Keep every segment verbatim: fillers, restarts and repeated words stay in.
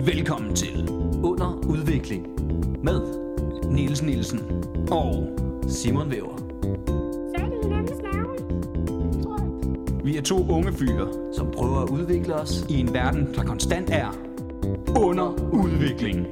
Velkommen til Under Udvikling med Niels Nielsen og Simon Væver. Så er det hinandens navn, tror jeg. Vi er to unge fyre, som prøver at udvikle os i en verden, der konstant er under udvikling.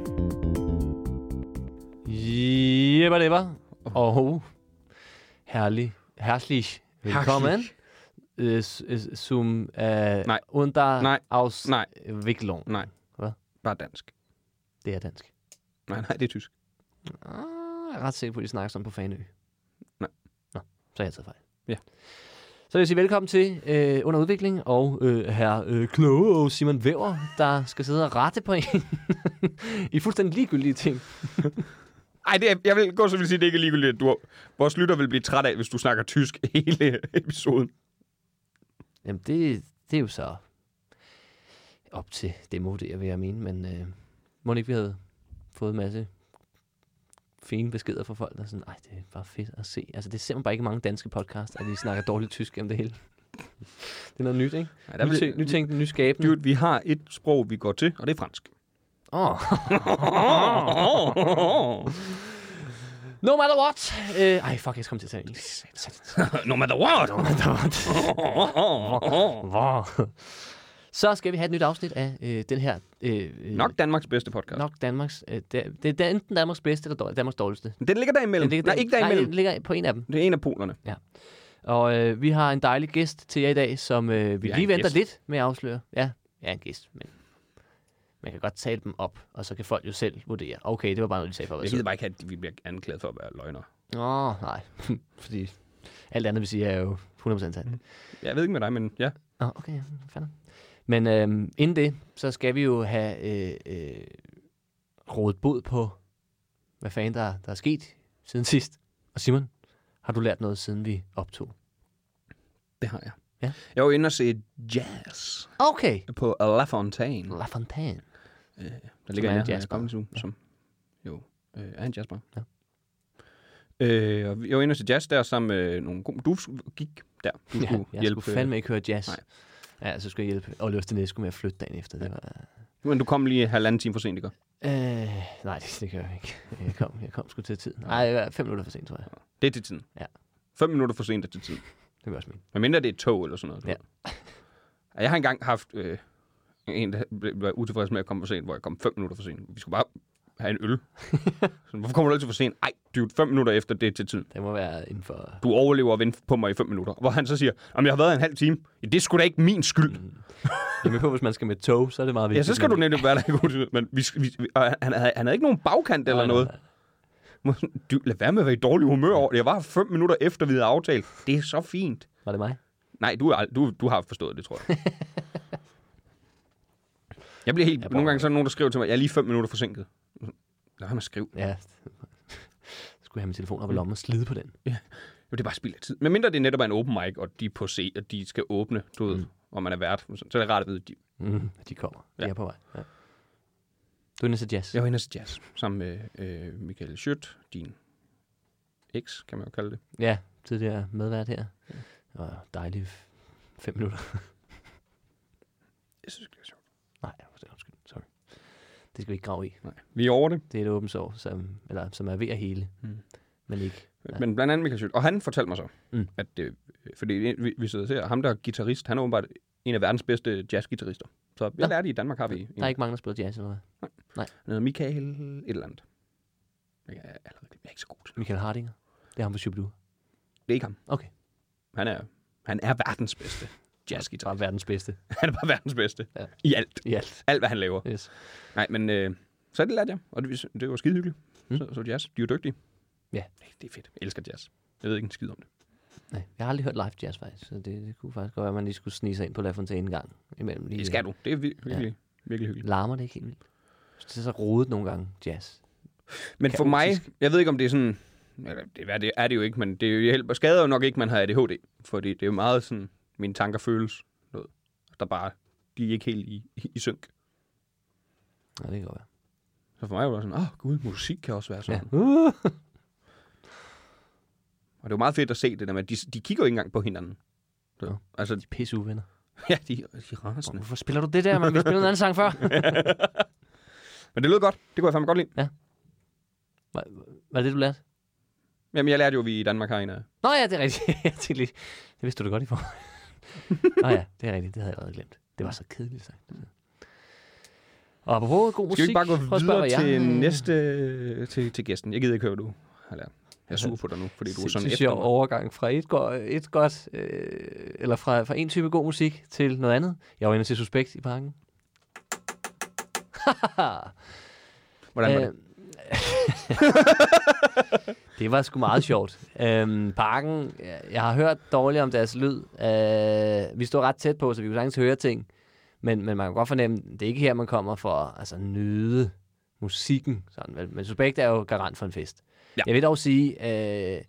Jebba debba. Og herlig, herzlich velkommen. Som uh, Nej. under Nej. Auswicklung. Nej. Hvad? Bare dansk. Det er dansk. Nej, nej, det er tysk. Ah, jeg er ret sikker på, at de snakker sådan på Fanø. Nej. Nå, så har jeg taget fejl. Ja. Så vil jeg sige velkommen til øh, Under Udvikling og øh, herr øh, kloge Simon Væver, der skal sidde og rette på en i fuldstændig ligegyldige ting. Ej, det er, jeg vil gå så vil sige, at det ikke er ligegyldigt, at du, vores lytter vil blive træt af, hvis du snakker tysk hele episoden. Jamen, det, det er jo så op til det må det, jeg vil jeg mene, men øh, må ikke vi havde fået en masse fine beskeder fra folk, der er sådan, ej, det er bare fedt at se. Altså, det er simpelthen bare ikke mange danske podcasts, at de snakker dårligt tysk gennem det hele. Det er noget nyt, ikke? Ja, der vil, Nytænkende, nytænkende, nyskabende. Dude, vi har et sprog, vi går til, og det er fransk. Åh. No matter what. Uh, ej, fuck, jeg skal komme til at tage engelsk. No matter what. No matter what. Så skal vi have et nyt afsnit af øh, den her... Øh, Nok Danmarks bedste podcast. Nok Danmarks... Øh, det, det er enten Danmarks bedste eller dårlig, Danmarks dårligste. Den ligger derimellem. Den ligger Nej, ikke derimellem. Nej, den ligger på en af dem. Det er en af polerne. Ja. Og øh, vi har en dejlig gæst til jer i dag, som øh, vi ja, lige venter gæst. lidt med at afsløre. Ja, ja, en gæst, men man kan godt tale dem op, og så kan folk jo selv vurdere. Okay, det var bare noget, de sagde for at være Jeg sød. gider bare ikke, at vi bliver anklaget for at være løgnere. Åh, oh, nej. Fordi alt andet, vi siger, er jo hundrede procent sandt. Jeg ved ikke med dig, men ja. Åh, oh, okay, ja, fanden. Men øhm, inden det, så skal vi jo have øh, øh, rådet bod på, hvad fanden der, der er sket siden sidst. Og Simon, har du lært noget, siden vi optog? Det har jeg. Ja. Jeg var inde og se jazz Okay. på La Fontaine. La Fontaine. Øh, der ligger er en en jazzbar. jazzbar, ja. Som jo øh, er en jazzbar. Ja. Øh, og jeg var inde og se jazz der sammen med nogle gode... Du gik der. Du Ja, skulle jeg hjælpe. skulle fandme ikke høre jazz. Nej. Ja, så skulle jeg hjælpe Oliver Stenesco med at flytte dagen efter. Det var... Men du kom lige halvanden time for sent, ikke? Øh, nej, det, det gør jeg ikke. Jeg kom, jeg kom sgu til tid. Nej, jeg var fem minutter for sent, tror jeg. Det er til tiden. Ja. Fem minutter for sent er til tiden. Det var også min. Men mindre det er et tog eller sådan noget. Ja. Og jeg har engang haft øh, en, der var utilfreds med at komme for sent, hvor jeg kom fem minutter for sent. Vi skulle bare have en øl. Så, hvorfor kommer du altid for sent? Ej, dude, fem minutter efter det er til tiden. Det må være inden for... Du overlever og venter på mig i fem minutter. Hvor han så siger, om jeg har været en halv time. Ja, det er sgu da ikke min skyld. Mm. Jeg er med på, hvis man skal med tog, så er det meget vigtigt. Ja, så skal du netop være der i god tid. Men vi, vi, vi, og han, havde, han havde ikke nogen bagkant eller nej, noget. Nej. Du, lad være med at være i dårlig humør over det. Jeg var fem minutter efter, vi havde aftalt. Det er så fint. Var det mig? Nej, du, er, du, du har forstået det, tror jeg. Jeg bliver helt... Jeg nogle gange så er der nogen, der skriver til mig, jeg er lige fem minutter forsinket. Lad mig skrive. Ja. Skulle jeg have min telefon op i lommen og slide på den. Ja. Jo, det er bare spild af tid. Men mindre det netop er en open mic, og de er på se, og de skal åbne, du ved, mm. og man er vært. Så er det rart at vide, at de... Mm, de kommer. De Ja. er på vej. Ja. Du er inde til jazz. Jeg var inde til jazz, sammen med øh, Michael Schødt, din eks, kan man jo kalde det. Ja, tidligere medvært her. Ja. Det var dejligt f- fem minutter. Jeg synes, det er sjovt. Nej, det er undskyld. Sorry. Det skal vi ikke grave i. Nej. Vi er over det. Det er et åbent sår, som, eller, som er ved at hele, Mm. men ikke. Ja. Men blandt andet Michael Schødt. Og han fortalte mig så, Mm. at øh, fordi vi, vi sidder og ser, ham der er guitarist, han er åbenbart en af verdens bedste jazzguitarister. Så jeg Nå. lærte i Danmark har vi en. Der er ikke mange, der spiller jazz, eller hvad? Han hedder Michael et eller andet. Jeg er, allerede, jeg er ikke så god til det. Michael Hardinger. Det er ham på Shubidoo. Det er ikke ham. Okay. Han er, han er verdens bedste jazzguitarist. Bare verdens bedste. Han er bare verdens bedste. Ja. I alt. I alt. Alt, hvad han laver. Yes. Nej, men øh, så det lærte jeg. Og det, det var skide hyggeligt. Mm. Så, så jazz. De er jo dygtige. Ja. Det er fedt. Jeg elsker jazz. Jeg ved ikke en skid om det. Nej, jeg har aldrig hørt live jazz faktisk, så det, det kunne faktisk godt være, at man lige skulle snige sig ind på La Fontaine en gang imellem. Lige, Det skal du. Det er vir- virkelig, ja. virkelig hyggeligt. Larmer det ikke helt vildt? Det er så rodet nogle gange, jazz. Men for mig, jeg ved ikke, om det er sådan... Eller, det, er, det er det jo ikke, men det er jo hjælp, skader jo nok ikke, man har A D H D. Fordi det er jo meget sådan, mine tanker føles noget. Der bare, de er ikke helt i, i, i synk. Ja, det kan godt være. Så for mig var det sådan, åh oh, gud, musik kan også være sådan. Ja. Uh. Og det var meget fedt at se det der med, de, de kigger jo ikke engang på hinanden. Så, Nå. altså, De er pisse uvenner. ja, de, de er rasende. Hvorfor spiller du det der, man? Vi spillede en anden sang før. Men det lød godt. Det kunne jeg fandme godt lide. Var, var det det, du lærte? Jamen, jeg lærte jo, at vi i Danmark har en af... Nå ja, det er rigtigt. Jeg tænkte lige, det vidste du da godt i for. Nå ja, det er rigtigt. Det havde jeg allerede glemt. Det var så kedeligt sagt. Og apropos god musik... Skal vi ikke bare gå spørge, videre til til næste... Til, til gæsten? Jeg gider ikke høre, hvad du har lært. Jeg er sur på dig nu, fordi du er sådan efter mig. Overgang fra et, go- et godt... Øh, eller fra, fra en type god musik til noget andet. Jeg var inde til Suspekt i parken. Hvordan var det? Det var sgu meget sjovt. Øhm, parken, jeg har hørt dårligt om deres lyd. Øh, vi stod ret tæt på, så vi kunne sagtens høre ting. Men, men man kan godt fornemme, det er ikke her, man kommer for altså, at nyde musikken. Sådan, vel? Men Suspekt er jo garant for en fest. Ja. Jeg vil dog sige, øh,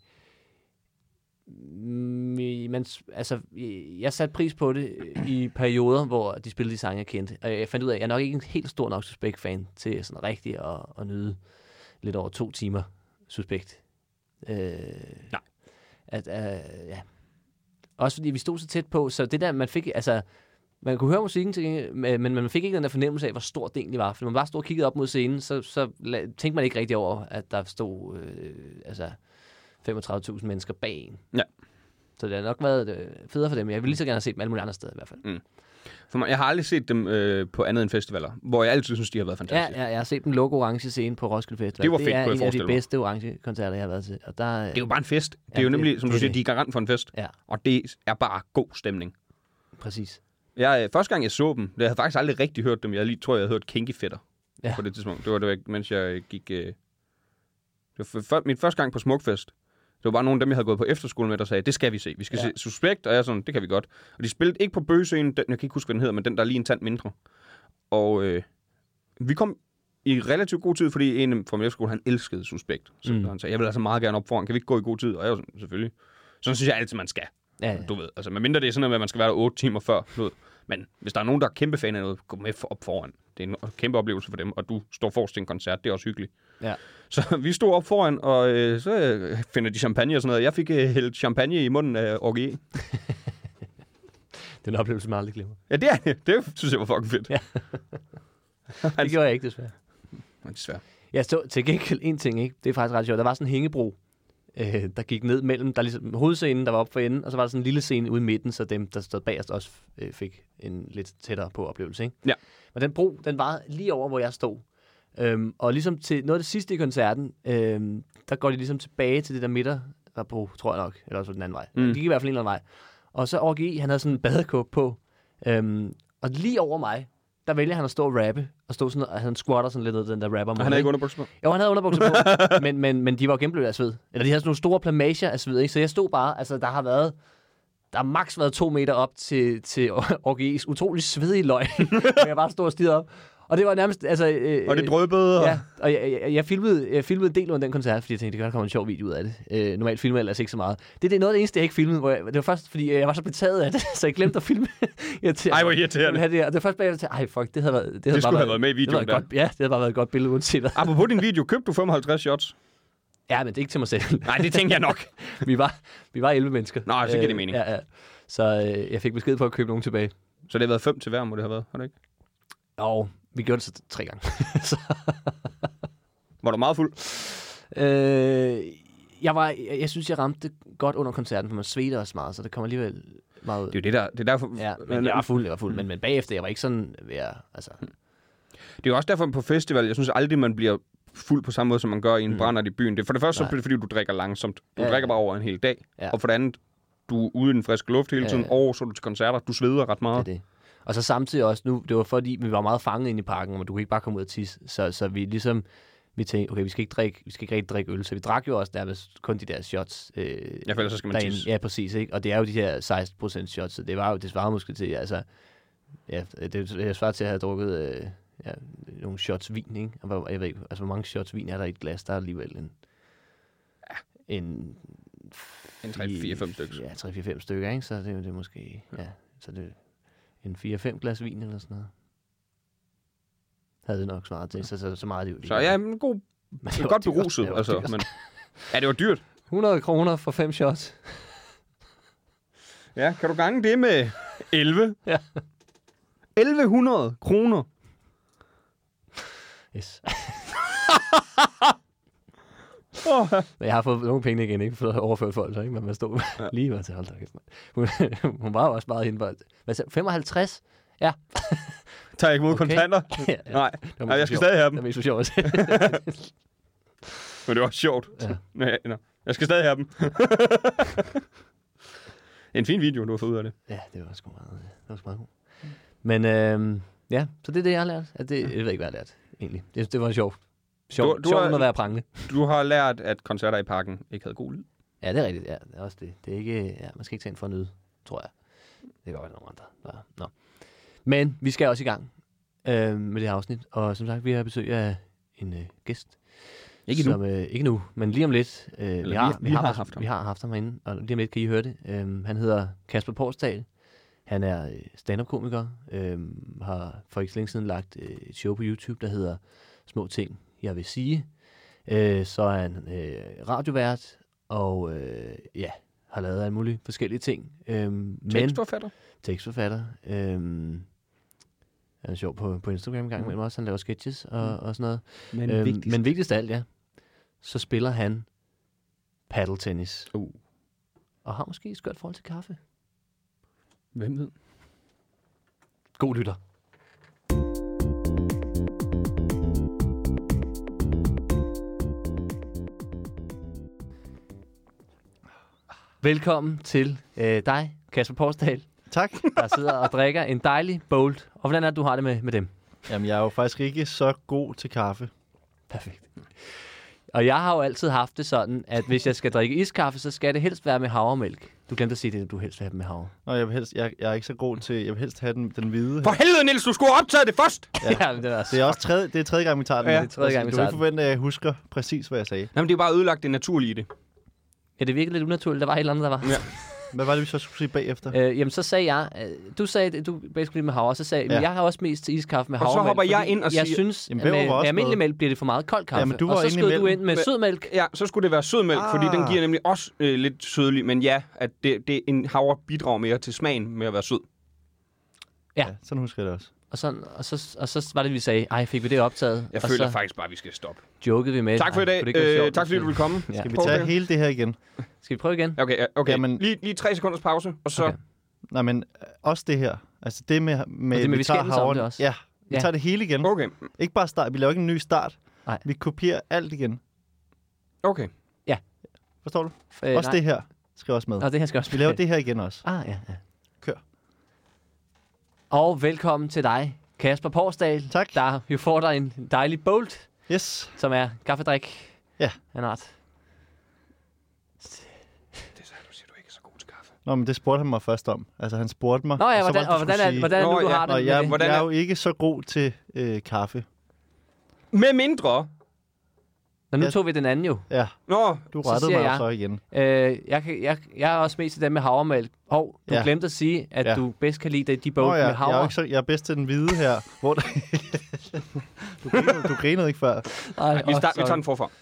man, altså, jeg satte pris på det i perioder, hvor de spillede de sange, jeg kendte. Og jeg fandt ud af, at jeg er nok ikke en helt stor nok Suspekt-fan til sådan rigtig at, at nyde lidt over to timer Suspekt. Øh, Nej. At, øh, ja. Også fordi vi stod så tæt på, så det der, man fik, altså, man kunne høre musikken, til, men man fik ikke den der fornemmelse af, hvor stort det egentlig var. For når man bare stod og kiggede op mod scenen, så, så tænkte man ikke rigtig over, at der stod øh, altså femogtredive tusind mennesker bag en. Ja. Så det har nok været øh, federe for dem. Jeg ville lige så gerne have set dem alle mulige andre steder i hvert fald. Mm. For mig, jeg har aldrig set dem øh, på andet end festivaler, hvor jeg altid synes, de har været fantastiske. Ja, ja, jeg har set den logo orange scene på Roskilde Festival. Det var fedt, det er kunne jeg en af de forestille mig. bedste orange koncerter, jeg har været til. Og der, Det er jo bare en fest. Det Ja, er jo det- nemlig, som det du er siger, det. de er garant for en fest. Ja, Og det er bare god stemning. præcis. Jeg, øh, første gang, jeg så dem, jeg havde faktisk aldrig rigtig hørt dem. Jeg lige tror, jeg havde hørt Kinky Fætter Ja. på det tidspunkt. Det var det, mens jeg gik... Øh... Det var for, for, min første gang på Smukfest. Det var bare nogle af dem, jeg havde gået på efterskole med, der sagde, det skal vi se. Vi skal Ja. se Suspekt, og jeg er sådan, det kan vi godt. Og de spillede ikke på bøgescenen, den, jeg kan ikke huske, hvad den hedder, men den, der er lige en tand mindre. Og øh, vi kom i relativt god tid, fordi en fra min efterskole, han elskede Suspekt. Så Mm. han sagde, jeg vil altså meget gerne op foran, kan vi ikke gå i god tid? Og jeg var sådan, selvfølgelig. Sådan synes jeg altid, man skal. Ja, ja. Du ved, altså medmindre det er sådan noget med, at man skal være der otte timer før. Du ved. Men hvis der er nogen, der er kæmpe fan af noget, gå med for, op foran. Det er en kæmpe oplevelse for dem, og du står forrest til en koncert, det er også hyggeligt. Ja. Så vi stod op foran, og øh, så øh, finder de champagne og sådan noget. Jeg fik øh, hældt champagne i munden af O G E. Det er en oplevelse, man aldrig glemmer. Ja, det er det. Det synes jeg var fucking fedt. Ja. Det gjorde jeg ikke, desværre. Men desværre. Jeg så til gengæld en ting, ikke? Det er faktisk ret sjovt. Der var sådan en hængebro, øh, der gik ned mellem, der ligesom hovedscenen, der var oppe for enden, og så var der sådan en lille scene ude i midten, så dem, der stod bagerst, også øh, fik en lidt tættere på oplevelse, ikke? Ja. Men den bro, den var lige over, hvor jeg stod. Øhm, og ligesom til noget af det sidste i koncerten, øhm, der går de ligesom tilbage til det der midter, der på, tror jeg nok, eller også den anden vej. Mm. De gik i hvert fald en eller anden vej. Og så O G E, han havde sådan en badekåb på, øhm, og lige over mig, der vælger han at stå og rappe, og stå sådan, og han squatter sådan lidt ned den der rapper. Og han havde ikke underbukser på. Jo, han havde underbukser på, men, men, men de var jo gennemblødt af sved. Eller de havde sådan nogle store plamager af sved, ikke? Så jeg stod bare, altså der har været, der har maks været to meter op til, til O G E's utrolig svedige løg, hvor jeg bare stod og stirrede op. Og det var nærmest, altså... Øh, Og det drøbede. Og... Ja, og jeg, jeg, jeg, filmede, jeg filmede en del under den koncert, fordi jeg tænkte, det kan der komme en sjov video ud af det. Øh, normalt filmer jeg ellers ikke så meget. Det, det er noget af det eneste, jeg ikke filmede, hvor jeg, det var først, fordi jeg var så betaget af det, så jeg glemte at filme. Ej, hvor irriterende. Det, og det var først bagefter, ej fuck, det havde været... Det, havde Det bare skulle have været med i det havde videoen været godt, ja, det havde bare været et godt billede uanset hvad. Apropos din video, købte du femoghalvtreds shots? Ja, men det er ikke til mig selv. Nej, det tænker jeg nok. vi, var, vi var elleve mennesker. Nå, så giver det mening. Ja, ja. Så øh, jeg fik besked på at købe nogen tilbage. Så det har været fem til hver, må det have været, har det ikke? Og vi gjorde det så tre gange. så, Var du meget fuld? øh, jeg, var, jeg, jeg synes, jeg ramte det godt under koncerten, for man svedte også meget, så det kommer alligevel meget ud. Det er jo det der, det er derfor... Ja, men jeg var fuld, jeg var fuld. Men, men bagefter, jeg var ikke sådan ved at, altså... Det er jo også derfor på festival, jeg synes aldrig, man bliver fuld på samme måde, som man gør i en Mm. brændert i byen. Det er for det første, så Nej. bliver det, fordi du drikker langsomt. Du Ja, ja, drikker ja. bare over en hel dag. Ja. Og for det andet, du er ude i den friske luft hele Ja, tiden, ja. og så er du til koncerter. Du sveder ret Det er meget. det. Og så samtidig også nu, det var fordi, vi var meget fanget inde i parken, og du kunne ikke bare komme ud og tisse. Så, så vi ligesom, vi tænkte, okay, vi skal ikke drikke, vi skal ikke rigtig drikke øl. Så vi drak jo også nærmest kun de der shots. Øh, Ja, for ellers så skal man derinde. tisse. Ja, præcis, ikke? Og det er jo de her seksten procent shots, så det var jo, det svarede måske til, altså, ja, det, det svarede til at have drukket øh, ja, nogle shots vin, ikke? Og hvor, jeg ved ikke, altså hvor mange shots vin er der i et glas? Der er alligevel en, ja, en, En tre, fire, fem stykker. Ja, tre fire fem stykker, ikke? Så det, det er måske, ja, så det en fire fem glas vin eller sådan noget. Havde det nok svaret til, så, så, så meget er det jo ikke. Så ja, men god, Men det er var godt dyrt. beruset. Det var Altså, dyrt. men, ja, det var dyrt. hundrede kroner for fem shots. Ja, kan du gange det med elleve? Ja. elleve hundrede kroner. Yes. Oh. Men jeg har fået nogle penge igen, ikke? For at overføre folk, så ikke? Men man stod ja. lige var til, hold da kæft, mand. Hun, hun var jo også meget hende på, hvad sagde, femoghalvtreds? Ja. Tager jeg ikke mod Okay. kontanter? Ja, ja. Nej, var Nej jeg skal sjovt. stadig have Det dem. er mest for sjovt. Men det var sjovt. Ja. Nej, nej. Jeg skal stadig have dem. En fin video, du har fået ud af det. Ja, det var sgu meget, det var sgu meget god. Men øhm, ja, så det er det, jeg har lært. At det, jeg ved ikke, hvad jeg har lært, egentlig. Det, det var sjovt. Sjovt, Du- du sjovt har- at være prangende. Du har lært, at koncerter i parken ikke havde god lyd. Ja, det er rigtigt. Ja, det er også det. Det er ikke, ja, man skal ikke tage ind for at nyde, tror jeg. Det kan godt være nogle andre. Der. Nå. Men vi skal også i gang øh, med det her afsnit. Og som sagt, vi har besøg af en øh, gæst. Ikke endnu. Som, øh, ikke nu, men lige om lidt. Øh, vi, har, vi- vi, vi har, har haft haft ham. Vi har haft ham herinde, og lige om lidt kan I høre det. Øh, han hedder Kasper Porsdal. Han er øh, stand-up-komiker. Øh, har for ikke så længe siden lagt øh, et show på YouTube, der hedder Små ting, jeg vil sige. Øh, så er han øh, radiovært, og øh, ja, har lavet alle mulige forskellige ting. Øh, men Tekstforfatter. tekstforfatter. Øhm, han er sjov på, på Instagram en gang imellem også. Han laver sketches og, og sådan noget. Men Øhm, vigtigst. men vigtigst af alt, ja. Så spiller han paddeltennis. Uh. Og har måske et skørt forhold til kaffe. Hvem ved? God lytter. Velkommen til øh, dig, Kasper Porsdal, Tak. der sidder og drikker en dejlig Bolt. Og hvordan er det, du har det med, med dem? Jamen, jeg er jo faktisk ikke så god til kaffe. Perfekt. Og jeg har jo altid haft det sådan, at hvis jeg skal drikke iskaffe, så skal det helst være med havremælk. Du glemte at sige det, at du helst vil have dem med havre. Nå, jeg, vil helst, jeg, jeg er ikke så god til... Jeg vil helst have den, den hvide. For helvede, Niels, du skulle have optaget det først! Ja. Ja, men det er også... Det er også tredje, det er tredje gang, vi tager den. Ja, nu. det er tredje gang, vi du tager kan ikke forvente, at jeg husker præcis, hvad jeg sagde. Jamen, det er bare ødelagt det naturlige i det. Ja, det virkede lidt unaturligt. Der var et eller andet, der var. Ja. Hvad var det, vi så skulle sige bagefter? Øh, jamen, så sagde jeg... Øh, du sagde, det, du basically med havre, og så sagde jeg, Ja. men jeg har også mest til iskaffe med Og så havremælk. hopper jeg fordi ind og jeg siger- synes, Jamen, at Bæver med, var også med almindelig noget. mælk bliver det for meget kold kaffe. Jamen, du var og så inde skød du imellem. ind med Hva- sødmælk. Ja, så skulle det være sødmælk, ah. fordi den giver nemlig også øh, lidt sødlig. Men ja, at det, det en havre bidrager mere til smagen med at være sød. Ja. Ja, sådan husker jeg det også. Og, sådan, og, så, og så var det, vi sagde, ej, fik vi det optaget? Jeg og føler så faktisk bare, at vi skal stoppe. jokede vi med. Tak for i ej, dag. kunne det ikke være Øh, sjovt, tak fordi hvis du ville komme. Ja. Skal vi Prøv tage det. hele det her igen? Skal vi prøve igen? Okay, ja, okay. Jamen- lige, lige tre sekunders pause, og så... Okay. Okay. Nej, men øh, også det her. Altså det med... med, Og det med, vi tager skændes om havren- det også. Ja, vi Ja. tager det hele igen. Okay. Ikke bare start. Vi laver ikke en ny start. Nej. Vi kopierer alt igen. okay. Forstår du? Øh, også nej. det her skal også med. Nå, det her skal også Vi laver det her igen også. Ah, ja, ja. Kør. Og velkommen til dig, Kasper Porsdal. Tak. Der jo får dig en dejlig Bolt, Yes. som er kaffedrik. Ja. Af en art. Det er så, du siger, du ikke er så god til kaffe. Nå, men det spurgte han mig først om. Altså, han spurgte mig. Nå ja, og så hvordan, var og det, du hvordan, skulle er, sige- hvordan er det, Nå, du ja. har det Nå, med jeg, det? Hvordan jeg er er- jo ikke så god til øh, kaffe. Med mindre... Nå, nu Ja. tog vi den anden jo. Ja, Nå, du Så rettede siger mig jo jeg- så igen. Øh, jeg, kan- jeg, jeg er også mest til dem med havremælk. Hov, du Ja. glemte at sige, at Ja. du bedst kan lide de, de Nå bold ja, med jeg er, jo havre. ikke så, jeg er bedst til den hvide her. Hvor der... du, grinede, du grinede ikke før. Ej, vi, åh, start, vi sorry. tager den forfra.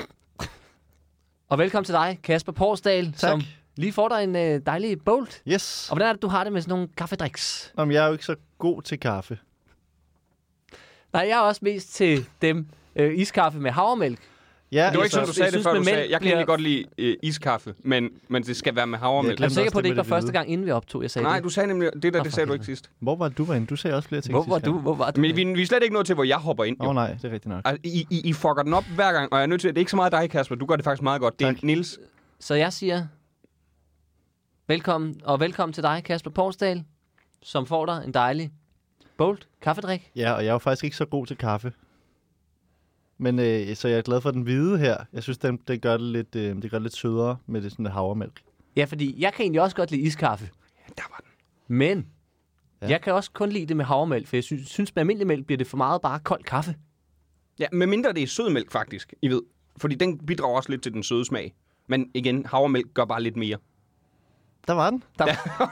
Og velkommen til dig, Kasper Porsdal, Tak. som lige får dig en øh, dejlig bolt. Yes. Og hvordan er det, du har det med sådan nogle kaffedriks? Nå, men jeg er jo ikke så god til kaffe. Nej, jeg er også mest til dem øh, iskaffe med havremælk. Ja, Det var ikke sådan, du jeg sagde det synes, før. med Du sagde, mælk jeg kan bliver- egentlig godt lide øh, iskaffe, men, men det skal være med havremælk. Jeg Er du glemte sikker også på, at det det ikke med var det første hvide. gang, inden vi optog, jeg sagde Nej, det? du sagde nemlig, det der, Nå, det for sagde du ikke helvede. sidst. Hvor var du henne? Du sagde også flere ting Hvor sidst var gang. du? Hvor var du? Men vi, vi er slet ikke nået til, hvor jeg hopper ind. Åh Jo. oh, nej, det er rigtigt nok. Altså, I, I, I fucker den op hver gang, og jeg er nødt til, at det er ikke så meget dig, Kasper. Du gør det faktisk meget godt. Det er Tak. Niels. Så jeg siger velkommen, og velkommen til dig, Kasper Porsdal, som får dig en dejlig bolt kaffedrik. Ja, og jeg er jo faktisk ikke så god til kaffe. Men øh, så jeg er glad for den hvide her. Jeg synes, den, den gør det lidt, øh, det gør det lidt sødere med det sådan der havremælk. Ja, fordi jeg kan egentlig også godt lide iskaffe. Ja, der var den. Men Ja. ja. jeg kan også kun lide det med havremælk, for jeg synes, synes med almindelig mælk bliver det for meget bare kold kaffe. Ja, med mindre det er sødmælk, faktisk. I ved. Fordi den bidrager også lidt til den søde smag. Men igen, havremælk gør bare lidt mere. Der var den. Der...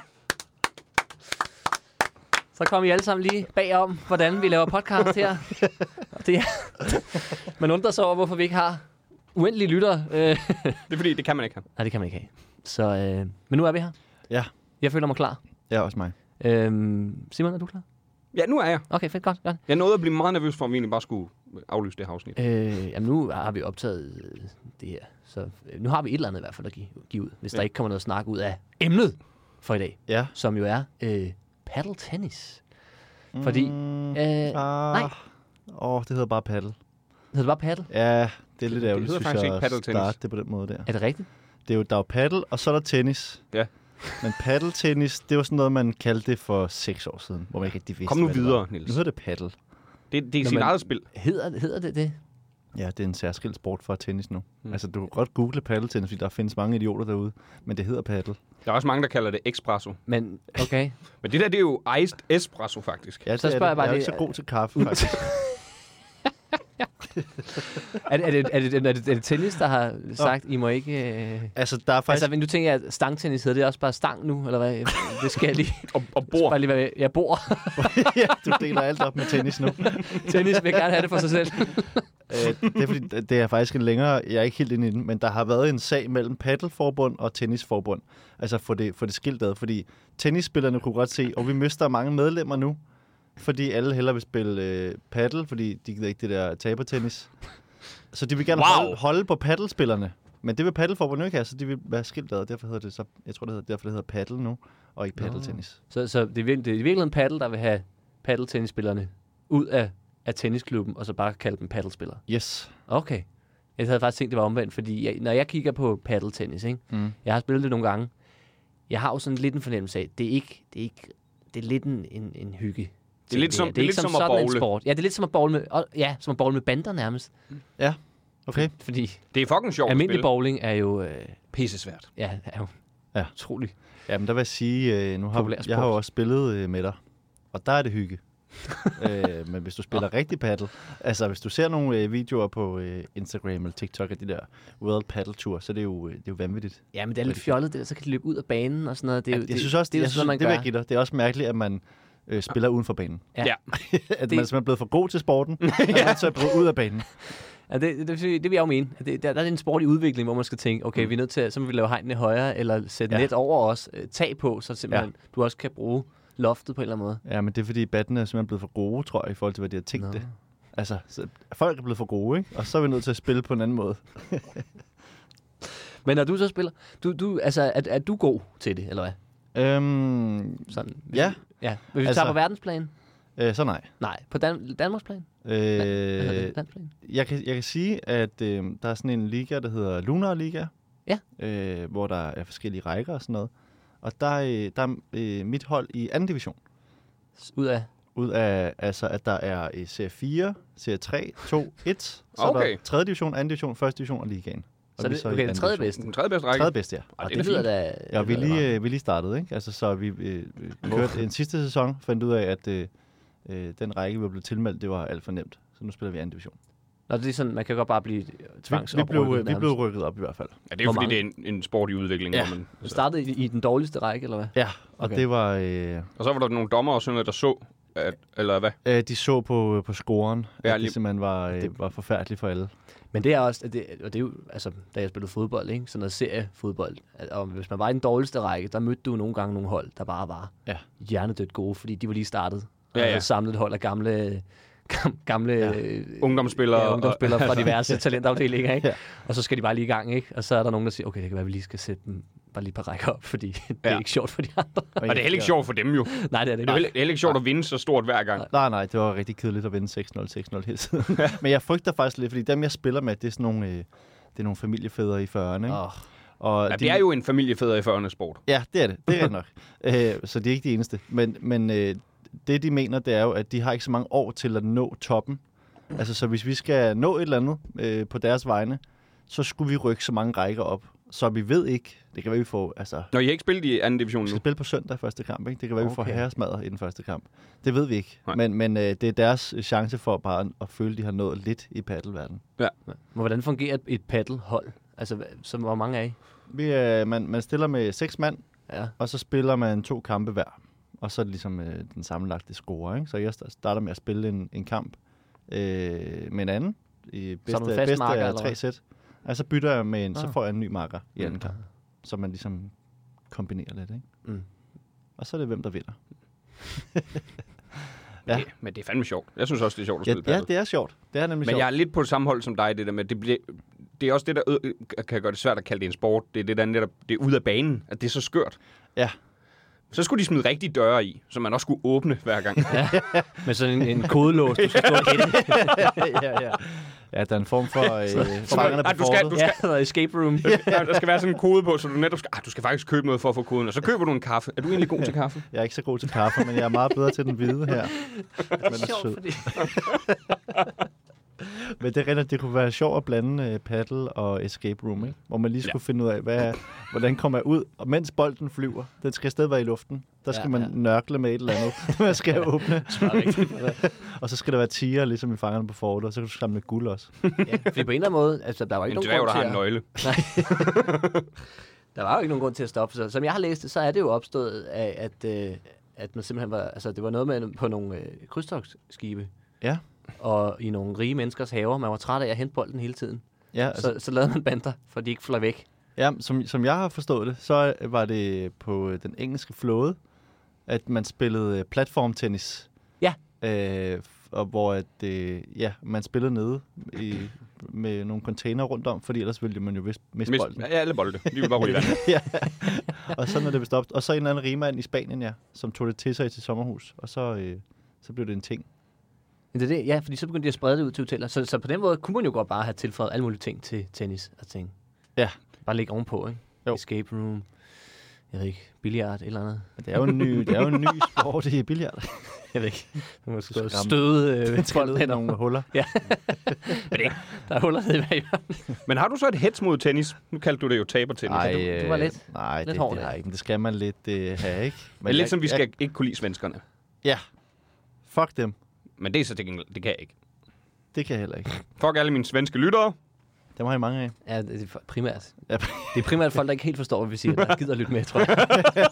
Så kommer I alle sammen lige bagom, hvordan vi laver podcast her. Og det er... Man undrer sig over, hvorfor vi ikke har uendelige lyttere. Øh... Det er fordi, det kan man ikke have. Nej, det kan man ikke have. Så, øh... Men nu er vi her. Ja, Jeg føler mig klar. ja også mig. Øhm... Simon, er du klar? Ja, nu er jeg. Okay, fedt, godt. godt. Jeg nåede at blive meget nervøs for, om vi egentlig bare skulle aflyse det her afsnit. Øh, jamen, nu har vi optaget øh, det her. Så øh, nu har vi et eller andet i hvert fald at give, give ud, hvis ja. der ikke kommer noget snak ud af emnet for i dag. Ja. Som jo er øh, paddle tennis. Fordi... Mm, øh, ah, nej. Åh, det hedder bare paddle. Hedder det bare paddle? Ja, det er lidt det ærgerligt, hedder synes faktisk jeg, ikke paddle at tennis. starte det på den måde der. Er det rigtigt? Det er jo, der er jo paddle, og så er der tennis. Ja. Men paddle tennis, det var sådan noget, man kaldte det for seks år siden, hvor man ikke rigtig vidste, Kom nu hvad det videre, var. Niels. Nu hedder det paddle. Det, det er Nå, sit men- eget spil. Hedder, hedder det det? Ja, det er en særskilt sport for tennis nu. Mm. Mm. Altså, du kan godt google paddle tennis, fordi der findes mange idioter derude, men det hedder paddle. Der er også mange, der kalder det espresso. Men, okay. Men det der, det er jo iced espresso, faktisk. Ja, det Så er spørger det. jeg bare jeg er jo lige- ikke så god til kaffe, faktisk. er, det, er, det, er, det, er, det, er det tennis, der har sagt, I må ikke... Øh... altså, der er faktisk... Altså, men nu tænker jeg, at stangtennis hedder det også bare stang nu, eller hvad? Det skal jeg lige... Og, og Bor. bord. Bare lige være, jeg bor. ja, du deler alt op med tennis nu. Tennis vil gerne have det for sig selv. Øh, det er fordi, det er faktisk en længere... Jeg er ikke helt inde i den, men der har været en sag mellem paddelforbund og tennisforbund. Altså, for det, for det skilt ad, fordi tennisspillerne kunne godt se, og vi mister mange medlemmer nu, fordi alle hellere vil spille øh, paddle, fordi de gider ikke det der tabertennis. Så de vil gerne Wow. holde, holde på paddelspillerne. Men det vil paddelforbundet ikke have, så de vil være skilt ad. Derfor hedder det så... Jeg tror, det hedder, derfor det hedder paddle nu, og ikke paddeltennis. Så, så det, er virkelig, det er virkelig en paddle, der vil have paddeltennisspillerne ud af, af tennisklubben, og så bare kalde dem paddelspillere. Yes. Okay. Jeg havde faktisk tænkt, det var omvendt, fordi jeg, når jeg kigger på paddeltennis, ikke? Mm. Jeg har spillet det nogle gange. Jeg har jo sådan lidt en fornemmelse af, det er ikke, det er ikke, det er lidt en, en, en hygge. Det er lidt som- her. det er ikke lidt som at sådan en bowle. sport. Ja, det er lidt som at bowle med, og, ja, som at bowle med bander nærmest. Ja, okay. Fordi Det er fucking sjovt at almindelig spille. bowling er jo, øh, Pisse svært. ja, er jo Ja. utroligt. Ja, men der vil jeg sige, øh, nu har Populær jeg har jo sport. også spillet øh, med dig, og der er det hygge. øh, men hvis du spiller rigtig paddle, altså hvis du ser nogle øh, videoer på øh, Instagram eller TikTok af de der World Paddle Tour, så er det jo, øh, det er jo vanvittigt. Ja, men det er lidt fjollet, det der, så kan de løbe ud af banen og sådan noget. Det er, jo- jeg det, synes også, det er jo jeg sådan synes, noget, det man vil gør. jeg give dig. Det er også mærkeligt, at man øh, spiller uden for banen. Ja. Ja. at man er Det- simpelthen blevet for god til sporten, og man er nødt til at bryde ud af banen. Ja, det, det, det, det vil jeg jo mene. Det, der, der er en sport i udvikling, hvor man skal tænke, okay, mm. vi er nødt til at, så må vi lave hegnene højere, eller sætte Ja. net over os, øh, tag på, så simpelthen, ja. du også kan bruge loftet på en eller anden måde. Ja, men det er fordi, batten er simpelthen blevet for gode, tror jeg, i forhold til, hvad de har tænkt Nå. det. Altså, så folk er blevet for gode, ikke? Og så er vi nødt til at spille på en anden måde. Men når du så spiller, du, du, altså, er, er du god til det, eller hvad? Øhm, Sådan, hvis Ja. Vi, ja. Hvis vi Altså- tager på verdensplan? øh, så nej. Nej. På Dan- Danmarksplan? Hvad hedder Øh, det? Dansplan? Jeg kan, jeg kan sige, at øh, der er sådan en liga, der hedder Lunar Liga. Ja. Øh, hvor der er forskellige rækker og sådan noget. Og der, øh, der er øh, mit hold i anden division. Ud af... Ud af, altså, at der er øh, serie fire, serie tre, to, et. Så er Okay. der tredje division, anden division, første division og ligaen. Og Så vi det, i okay, den anden tredje division. bedste. Den tredje bedste række. Tredje bedste, ja. Og det det, er lyder fint. da... Ja, vi det lyder da lige, øh, vi lige startede, ikke? Altså, så vi øh, øh, kørte en sidste sæson, fandt ud af, at øh, øh, den række, vi var blevet tilmeldt, det var alt for nemt. Så nu spiller vi anden division. Nå, det er sådan, man kan godt bare blive Vi, tvangs vi, blev, øh, vi blev rykket op i hvert fald. Ja, det er jo Hvor fordi, det er en, en sport i udvikling. Ja. Hvor man, Du startede i, i den dårligste række, eller hvad? Ja, og Okay. okay. det var... Øh, og så var der nogle dommer og sådan noget, der så, at, eller hvad? øh, de så på, på scoren, Ja, at lige- det simpelthen var, øh, Det- var forfærdeligt for alle. Men det er også, det, og det er jo, altså, da jeg spillede fodbold, ikke? Sådan noget seriefodbold, at- og hvis man var i den dårligste række, der mødte du nogle gange nogle hold, der bare var Ja. hjernedødt gode, fordi de var lige startet, og Ja, ja. havde samlet et hold af gamle, gam- gamle Ja. øh, Ungdomsspillere ja, og- ungdomsspillere fra diverse talentafdelinger, ikke? Ja. Og så skal de bare lige i gang, ikke? Og så er der nogen, der siger, okay, det kan være, at vi lige skal sætte dem bare lige på række op, fordi det er Ja. ikke sjovt for de andre. Og det er heller ikke sjovt for dem jo. Det Nej, det er det er ikke. heller, det er heller ikke sjovt at vinde så stort hver gang. Nej, nej, det var rigtig kedeligt at vinde seks nul seks nul hele tiden. Men jeg frygter faktisk lidt, fordi dem, jeg spiller med, det er sådan nogle, øh, det er nogle familiefædre i fyrrerne. Ikke? Åh, Og Ja, de, det er jo en familiefædre i fyrrerne sport. Ja, det er det. Det er rigtigt nok. øh, så det er ikke de eneste. Men, men øh, det, de mener, det er jo, at de har ikke så mange år til at nå toppen. Altså, så hvis vi skal nå et eller andet øh, på deres vegne, så skulle vi rykke så mange rækker op. Så vi ved ikke, det kan være, vi får, altså, Når I har ikke spillet i anden division vi nu. skal spille på søndag første kamp, ikke? Det kan være, vi får Okay. herresmadder i den første kamp. Det ved vi ikke. Nej. Men, men øh, det er deres chance for bare at føle, at de har nået lidt i paddelverdenen. men hvordan fungerer et paddelhold? Altså, hvad- så hvor mange er I? Vi, øh, man, man stiller med seks mand, Ja. og så spiller man to kampe hver. Og så er det ligesom øh, den sammenlagte score, ikke? Så jeg sta- starter med at spille en, en kamp øh, med en anden. I bedste, du en fast bedste marker, af eller tre hvad? sæt. Og så bytter jeg med en, så Ah. får jeg en ny marker i anden Mm. kamp. Så man ligesom kombinerer lidt, ikke? Mm. Og så er det, hvem der vinder. Ja. Det, men det er fandme sjovt. Jeg synes også, det er sjovt at Ja, spille paddle. ja, det er sjovt. Det er nemlig Men sjovt. jeg er lidt på det samme hold som dig, det der med, det, bliver, det er også det, der ø- kan gøre det svært at kalde det en sport. Det er det der netop, det er ud af banen, at det er så skørt. Ja. Så skulle de smide rigtige døre i, så man også skulle åbne hver gang. Ja. Med sådan en, en kodelås, du skal stå og hente. ja, ja. Ja, der er en form for øh, fangerne Ej, på du skal- fortet. du Ja, noget escape room. Der, der skal være sådan en kode på, så du netop skal, ah, du skal faktisk købe noget for at få koden, og så køber du en kaffe. Er du egentlig god til kaffe? Jeg er ikke så god til kaffe, men jeg er meget bedre til den hvide her. Det er sjovt, fordi... Men det er rigtigt, det kunne være sjovt at blande uh, paddle og escape room, ikke? Hvor man lige skulle ja. finde ud af, hvad, hvordan kommer jeg ud, og mens bolden flyver, den skal stadig være i luften. Der skal Ja, ja, man ja. nørkle med et eller andet, man skal åbne. Og så skal der være tiger, ligesom i fangerne på fortet, og så kan du samle guld også. Ja, fordi på en eller anden måde, altså der var ikke En nogen dværg, grund der til har en nøgle. Nej. Der var jo ikke nogen grund til at stoppe. Så som jeg har læst det, så er det jo opstået af, at, øh, at man simpelthen var, altså det var noget med på nogle øh, krydstogtskibe. Ja. Og i nogle rige menneskers haver. Man var træt af at hente bolden hele tiden. Ja, altså, Så, så lavede man bander, for de ikke fløj væk. ja som, som jeg har forstået det, så var det på øh, den engelske flåde, at man spillede øh, platformtennis. Ja. Øh, og hvor at, øh, ja, man spillede nede i, med nogle container rundt om, fordi ellers ville man jo vist miste Mist, bolden. ja, alle bolde. De vil bare ryge i vandet. ja. Og sådan er det bestoppet. Og så en eller anden rigmand i Spanien, ja, som tog det til sig i sit sommerhus. Og så, øh, så blev det en ting. Men det er det, ja, fordi så begyndte de at sprede det ud til hoteller. Så, så på den måde kunne man jo godt bare have tilføjet alle mulige ting til tennis og ting. Ja. Bare lægge ovenpå, ikke? Jo. Escape room, jeg ved ikke, billiard, et eller andet. Men det er jo en ny, det er jo en ny sport i billiard. Jeg ved ikke. Du må stå og Skræmme. støde øh, Man skal bolden ned i hen nogle huller. Men det, der er huller nede i hver hjørne. Men har du så et hets mod tennis? Nu kaldte du det jo tabertennis. Ej, du- du var lidt- øh, nej, lidt det, hård det, der. det, ikke, men det skal man lidt øh, have, ikke? Men lidt jeg- som vi skal jeg- ikke kunne lide svenskerne. Ja. Fuck dem. Men det er så til gengæld, det kan jeg ikke. Det kan jeg heller ikke. Fuck alle mine svenske lyttere. Dem har jeg mange af. Ja, det er primært. Ja. Det er primært folk, der ikke helt forstår, hvad vi siger, der gider lytte med, tror jeg.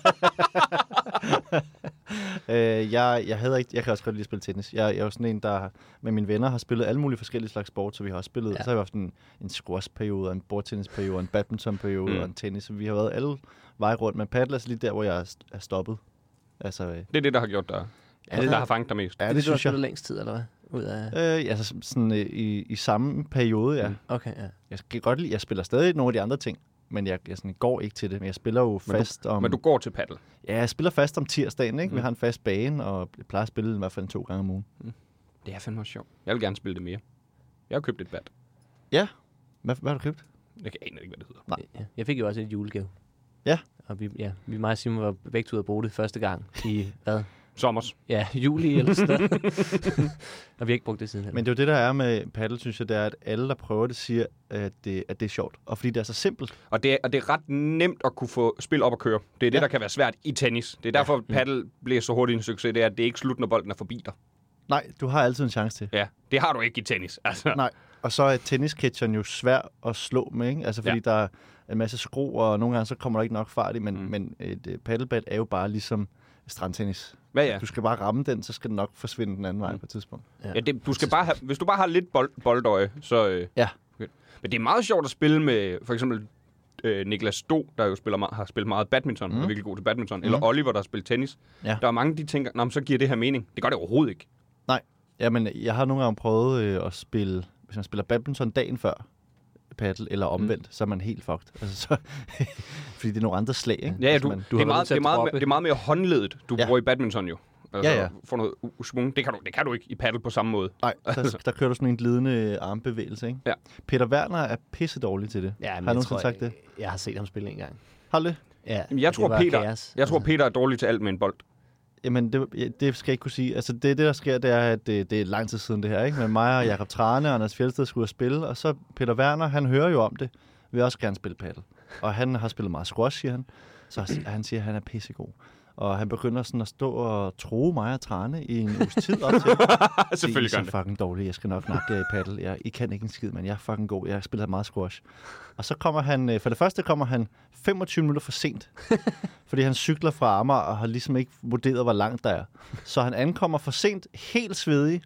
øh, jeg, jeg, havde ikke, jeg kan også godt lide at spille tennis. Jeg, jeg er jo sådan en, der med mine venner har spillet alle mulige forskellige slags sport, så vi har også spillet. Ja. Ja. Så har vi haft en, en squash-periode, en bordtennisperiode, en badmintonperiode Mm. mm. og en tennis. Så vi har været alle veje rundt. Men paddle er så lige der, hvor jeg er, er stoppet. Altså, øh, Det er det, der har gjort dig. Ja, det, det- der har fanget dig mest. ja, det, det du har synes jeg. spillet længst tid, eller hvad? Ud af... Øh, altså sådan øh, i, i samme periode, ja. Mm. Mm. Okay, ja. Jeg kan godt lide, jeg spiller stadig nogle af de andre ting, men jeg, jeg sådan, går ikke til det. Men jeg spiller jo Men du- fast om... Men du går til paddle. Ja, jeg spiller fast om tirsdagen, ikke? Mm. Vi har en fast bane, og jeg plejer at spille i hvert fald to gange om ugen. Det er fandme også sjovt. Jeg vil gerne spille det mere. Jeg har købt et bat. Hvad, hvad har du købt? Jeg kan aner ikke, hvad det hedder. Nej. ja. Jeg fik jo også et julegave. Ja. Og vi, ja, vi mig og Simon var begge ud at bruge det første gang i, hvad? Sommers. Ja, juli eller sådan noget. Og vi har ikke brugt det siden heller. Men det er jo det, der er med paddle, synes jeg, det er, at alle, der prøver det, siger, at det, at det er sjovt. Og fordi det er så simpelt. Og det, er, og det er ret nemt at kunne få spil op og køre. Det er det, Ja. der kan være svært i tennis. Det er derfor, at paddle bliver så hurtigt en succes. Det er, at det er ikke slut, når bolden er forbi dig. Nej, du har altid en chance til. Ja, det har du ikke i tennis. Altså. Nej. Og så er tennisketcheren jo svær at slå med, ikke? Altså fordi ja. der er en masse skru, og nogle gange så kommer der ikke nok fart i, men, Mm. mm. men et uh, paddlebat er jo bare ligesom strandtennis. Hvad ja? Du skal bare ramme den, så skal den nok forsvinde den anden vej Mm. på et tidspunkt. Ja, det, du skal bare have, hvis du bare har lidt bold, boldøje, så... Øh, Ja. Okay. Men det er meget sjovt at spille med, for eksempel øh, Niklas Sto, der jo spiller, me- har spillet meget badminton, mm. og er virkelig god til badminton, mm. eller Oliver, der har spillet tennis. Ja. Der er mange, de tænker, nå, men så giver det her mening. Det gør det overhovedet ikke. Jamen, jeg har nogle gange prøvet øh, at spille, hvis man spiller badminton dagen før paddle, eller omvendt, mm. så er man helt fucked. Altså, så, fordi det er nogle andre slag, ikke? Ja, ja Altså, du, man, det, du er har været meget, nødt til det, er at meget, droppe. det er meget mere håndledet, du Ja. bruger i badminton jo. Altså, Ja, ja. få noget u- svung. Det kan, du, det kan du ikke i paddle på samme måde. nej, der, der kører du sådan en glidende armbevægelse, ikke? Ja. Peter Werner er pisse dårlig til det. Ja, har men du jeg nogensinde tror, sagt det? jeg, jeg har set ham spille en gang. Har du det? Ja, Jamen, jeg og tror, det var Peter- kaos. Jeg tror, Altså, Peter er dårlig til alt med en bold. Jamen, det, ja, det skal jeg ikke kunne sige. Altså, det, det der sker, det er, at det, det er lang tid siden det her, ikke? Men mig og Jakob Trane og Anders Fjeldsted skulle spille, og så Peter Werner, han hører jo om det, vil også gerne spille paddle. Og han har spillet meget squash, siger han. Så han siger, at han er pissegod. Og han begynder sådan at stå og true mig og Trane i en uges tid op til. Selvfølgelig I gør er det. så fucking dårlige. Jeg skal nok nakke jer i paddle. Jeg, I kan ikke en skid, men jeg er fucking god. Jeg spiller meget squash. Og så kommer han, øh, for det første kommer han femogtyve minutter for sent. Fordi han cykler fra Amager og har ligesom ikke vurderet, hvor langt der er. Så han ankommer for sent, helt svedig.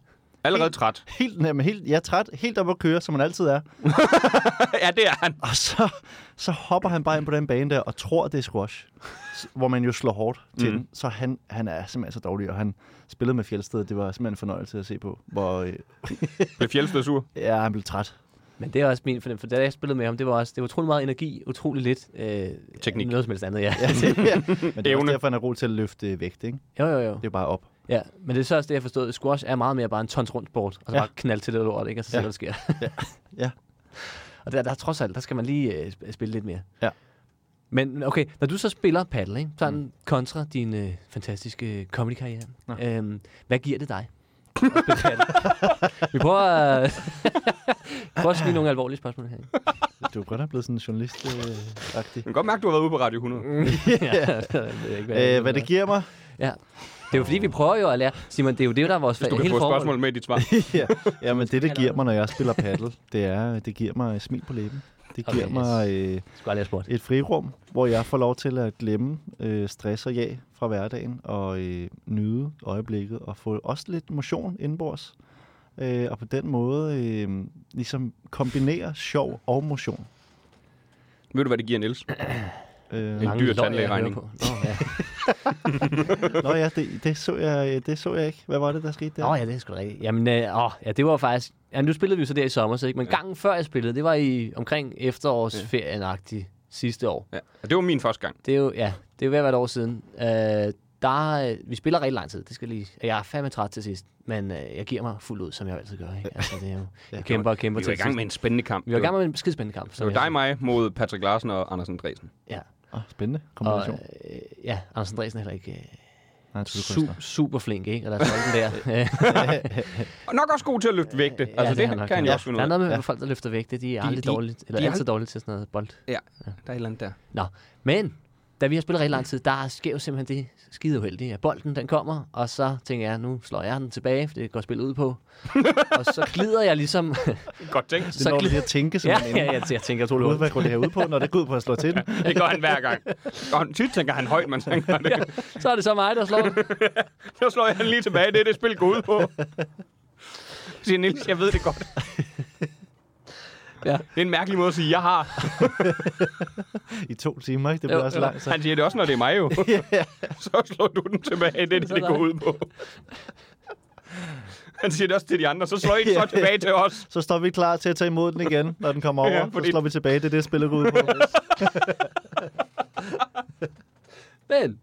Allerede helt, træt. Helt, jamen, helt, jeg er træt, helt op at køre, som man altid er. Ja, det er han. Og så, så hopper han bare ind på den bane der, og tror, det er squash. S- hvor man jo slår hårdt til Mm. den. Så han, han er simpelthen så dårlig, og han spillede med Fjeldsted. Det var simpelthen en fornøjelse at se på. Hvor, øh, Blev Fjeldsted sur? ja, han blev træt. Men det er også min fornemmelse, for da jeg spillede med ham, det var også det var utrolig meget energi, utrolig lidt øh, Teknik. noget som helst andet, ja. Ja, det, ja. Men det er også Evne. derfor, han er god til at løfte vægt, ikke? jo, jo, jo. Det er bare op. Ja, men det er så også det, jeg har forstået. Squash er meget mere bare en tons rundt sport, og så Ja. bare knald til det lort, ikke? Og så ser Ja. hvad der sker. Ja. Ja. Og der, der trods alt, der skal man lige øh, sp- spille lidt mere. Ja. Men okay, når du så spiller paddle, ikke? Sådan mm. kontra din øh, fantastiske comedy-karriere, øhm, hvad giver det dig? at spille paddle? Vi prøver at prøver at snige nogle alvorlige spørgsmål her. Du er godt have blevet sådan en journalist-agtig. Jeg kan godt mærke, du har været ude på Radio hundrede. ja, det ved ikke, Øh, hvad det giver mig? Ja. Det er jo fordi, vi prøver jo at lære. Simon, det er jo det, der er vores Hvis du hele kan få formål. spørgsmål med i dit svar. ja, jamen det, det giver mig, når jeg spiller paddle, det er, det giver mig et smil på læben. Det giver Okay, mig øh, Skulle aldrig have spurgt. et frirum, hvor jeg får lov til at glemme øh, stress og ja fra hverdagen, og øh, nyde øjeblikket, og få også lidt motion indenbords. Øh, og på den måde øh, ligesom kombinere sjov og motion. Ved du, hvad det giver, Niels? Øh, En dyr tandlægeregning. Nå, ja. Nå ja, det, det, så jeg, det så jeg ikke. Hvad var det, der skete der? Nå ja, det er sgu da rigtigt. Jamen, øh, åh, ja, det var faktisk... Ja, nu spillede vi jo så der i sommer, så ikke? Men gangen før jeg spillede, det var i omkring efterårsferien-agtigt sidste år. Ja. Og det var min første gang. Det er jo, ja, det er jo ved at være et år siden. Øh, der, øh, vi spiller rigtig lang tid, det skal lige... Jeg er fandme træt til sidst, men øh, jeg giver mig fuld ud, som jeg altid gør, ikke? Altså, det er jo... Jeg kæmper og kæmper Vi var i til gang med en spændende kamp. Vi var i gang med en skidespændende kamp. Det var dig, mig mod Patrick Larsen og Anders Andresen. Ja. Oh, spændende Og, kombination. øh, ja, Anders Andresen er heller ikke... Øh, Han er super su- super flink, ikke? Eller sådan den der. Og nok også god til at løfte vægte. Altså, Ja, det, er det han nok, kan han jo ja. også finde Der ud er af. noget med Ja. folk, der løfter vægte. De er De- aldrig de- dårligt, eller de har altid dårligt til sådan noget bold. Ja, der er et eller andet der. Nå, men da vi har spillet rigtig lang tid, der sker jo simpelthen det skide uheldige, at bolden den kommer, og så tænker jeg, nu slår jeg den tilbage, for det går spillet ud på. Og så glider jeg ligesom... Godt tænkt. Det når du lige at tænke, som ja, man ja, ja, jeg tænker utrolig Gud, hurtigt. hvad går det her ud på, når det går ud på at slå til den? Det gør han hver gang. Og han tit tænker han højt, men så gør det. Ja, så er det så mig, der slår den. Så slår jeg han lige tilbage. Det er det spil går ud på. Så siger Niels, jeg ved det godt. Ja. Det er en mærkelig måde at sige, jeg har. I to timer, ikke? Det bliver Jo, også jo. langt. Så. Han siger det også, når det er mig jo. Så slår du den tilbage. Det er det, det går ud på. Han siger det også til de andre. Så slår I den så tilbage til os. så står vi klar til at tage imod den igen, når den kommer over. Ja, Ja, fordi- Så slår vi tilbage. Det er det, spillet går ud på. Men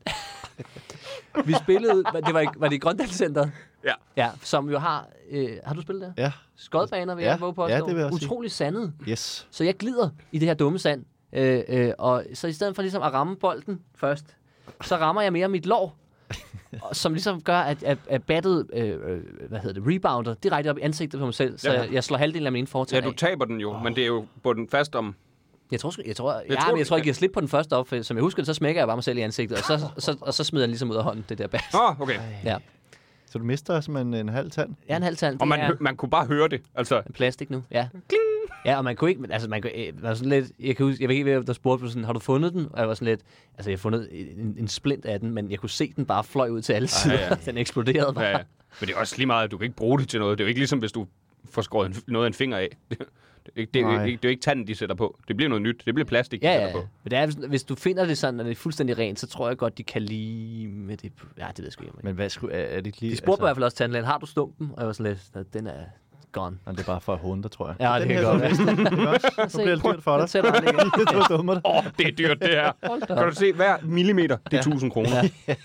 vi spillede, det var, i- var det i Grøndal Center? Ja. Ja, som jo har... Øh, har du spillet der? Ja, Skodbaner, vil Ja, jeg våge på at ja, stå. det vil jeg også sige. Utrolig sandet. yes. Så jeg glider i det her dumme sand. Øh, øh, og så i stedet for ligesom at ramme bolden først, så rammer jeg mere mit lår. og som ligesom gør, at, at, at battet, øh, øh, hvad hedder det, rebounder direkte op i ansigtet på mig selv. Så Ja. jeg, jeg slår halvdelen af min ene Ja, fortænd du af. taber den jo, men det er jo på den fast om... Jeg tror, sgu- jeg tror, jeg, ja, tror, men jeg tror, jeg at- giver slip på den første op, for som jeg husker det, så smækker jeg bare mig selv i ansigtet, og så, så, og så smider jeg den ligesom ud af hånden, det der bat. Nå, okay. Ja. Så du mister simpelthen en halv tand? Jeg er en halv tand. Og man, det er hø- man kunne bare høre det. Altså, plastik nu, ja. Ja, og man kunne ikke, men altså man kunne, øh, var sådan lidt, jeg kan huske, jeg ved ikke, der spurgte mig sådan, har du fundet den? Og jeg var sådan lidt, altså jeg har fundet en, en splint af den, men jeg kunne se den bare fløj ud til alle sider. ja. Den eksploderede bare. ja, ja. Men det er også lige meget, at du kan ikke bruge det til noget. Det er jo ikke ligesom, hvis du får skåret en, noget af en finger af. Det, det, er ikke- det, er jo Nej. ikke, det er jo ikke tanden, de sætter på. Det bliver noget nyt. Det bliver plastik, de Ja, sætter ja, på. men det er, hvis, hvis du finder det sådan, at det er fuldstændig rent, så tror jeg godt, de kan lide med det. Ja, det ved jeg sgu ikke. Men hvad skulle, er, er det ikke lige... De spurgte mig i hvert fald også tandlægen, har du stumpen? Og jeg var sådan lidt, "Nå, den er gone. Nej, det er bare for at hunde dig, tror jeg. Ja, det Den kan her, godt du være. mister. Ikke også? Så bliver det dyrt for dig. Den sætter han igen. Du er dummer dig. Åh, oh, det er dyrt, det her. da Kan du se, hver millimeter, det er tusind kroner. Ja.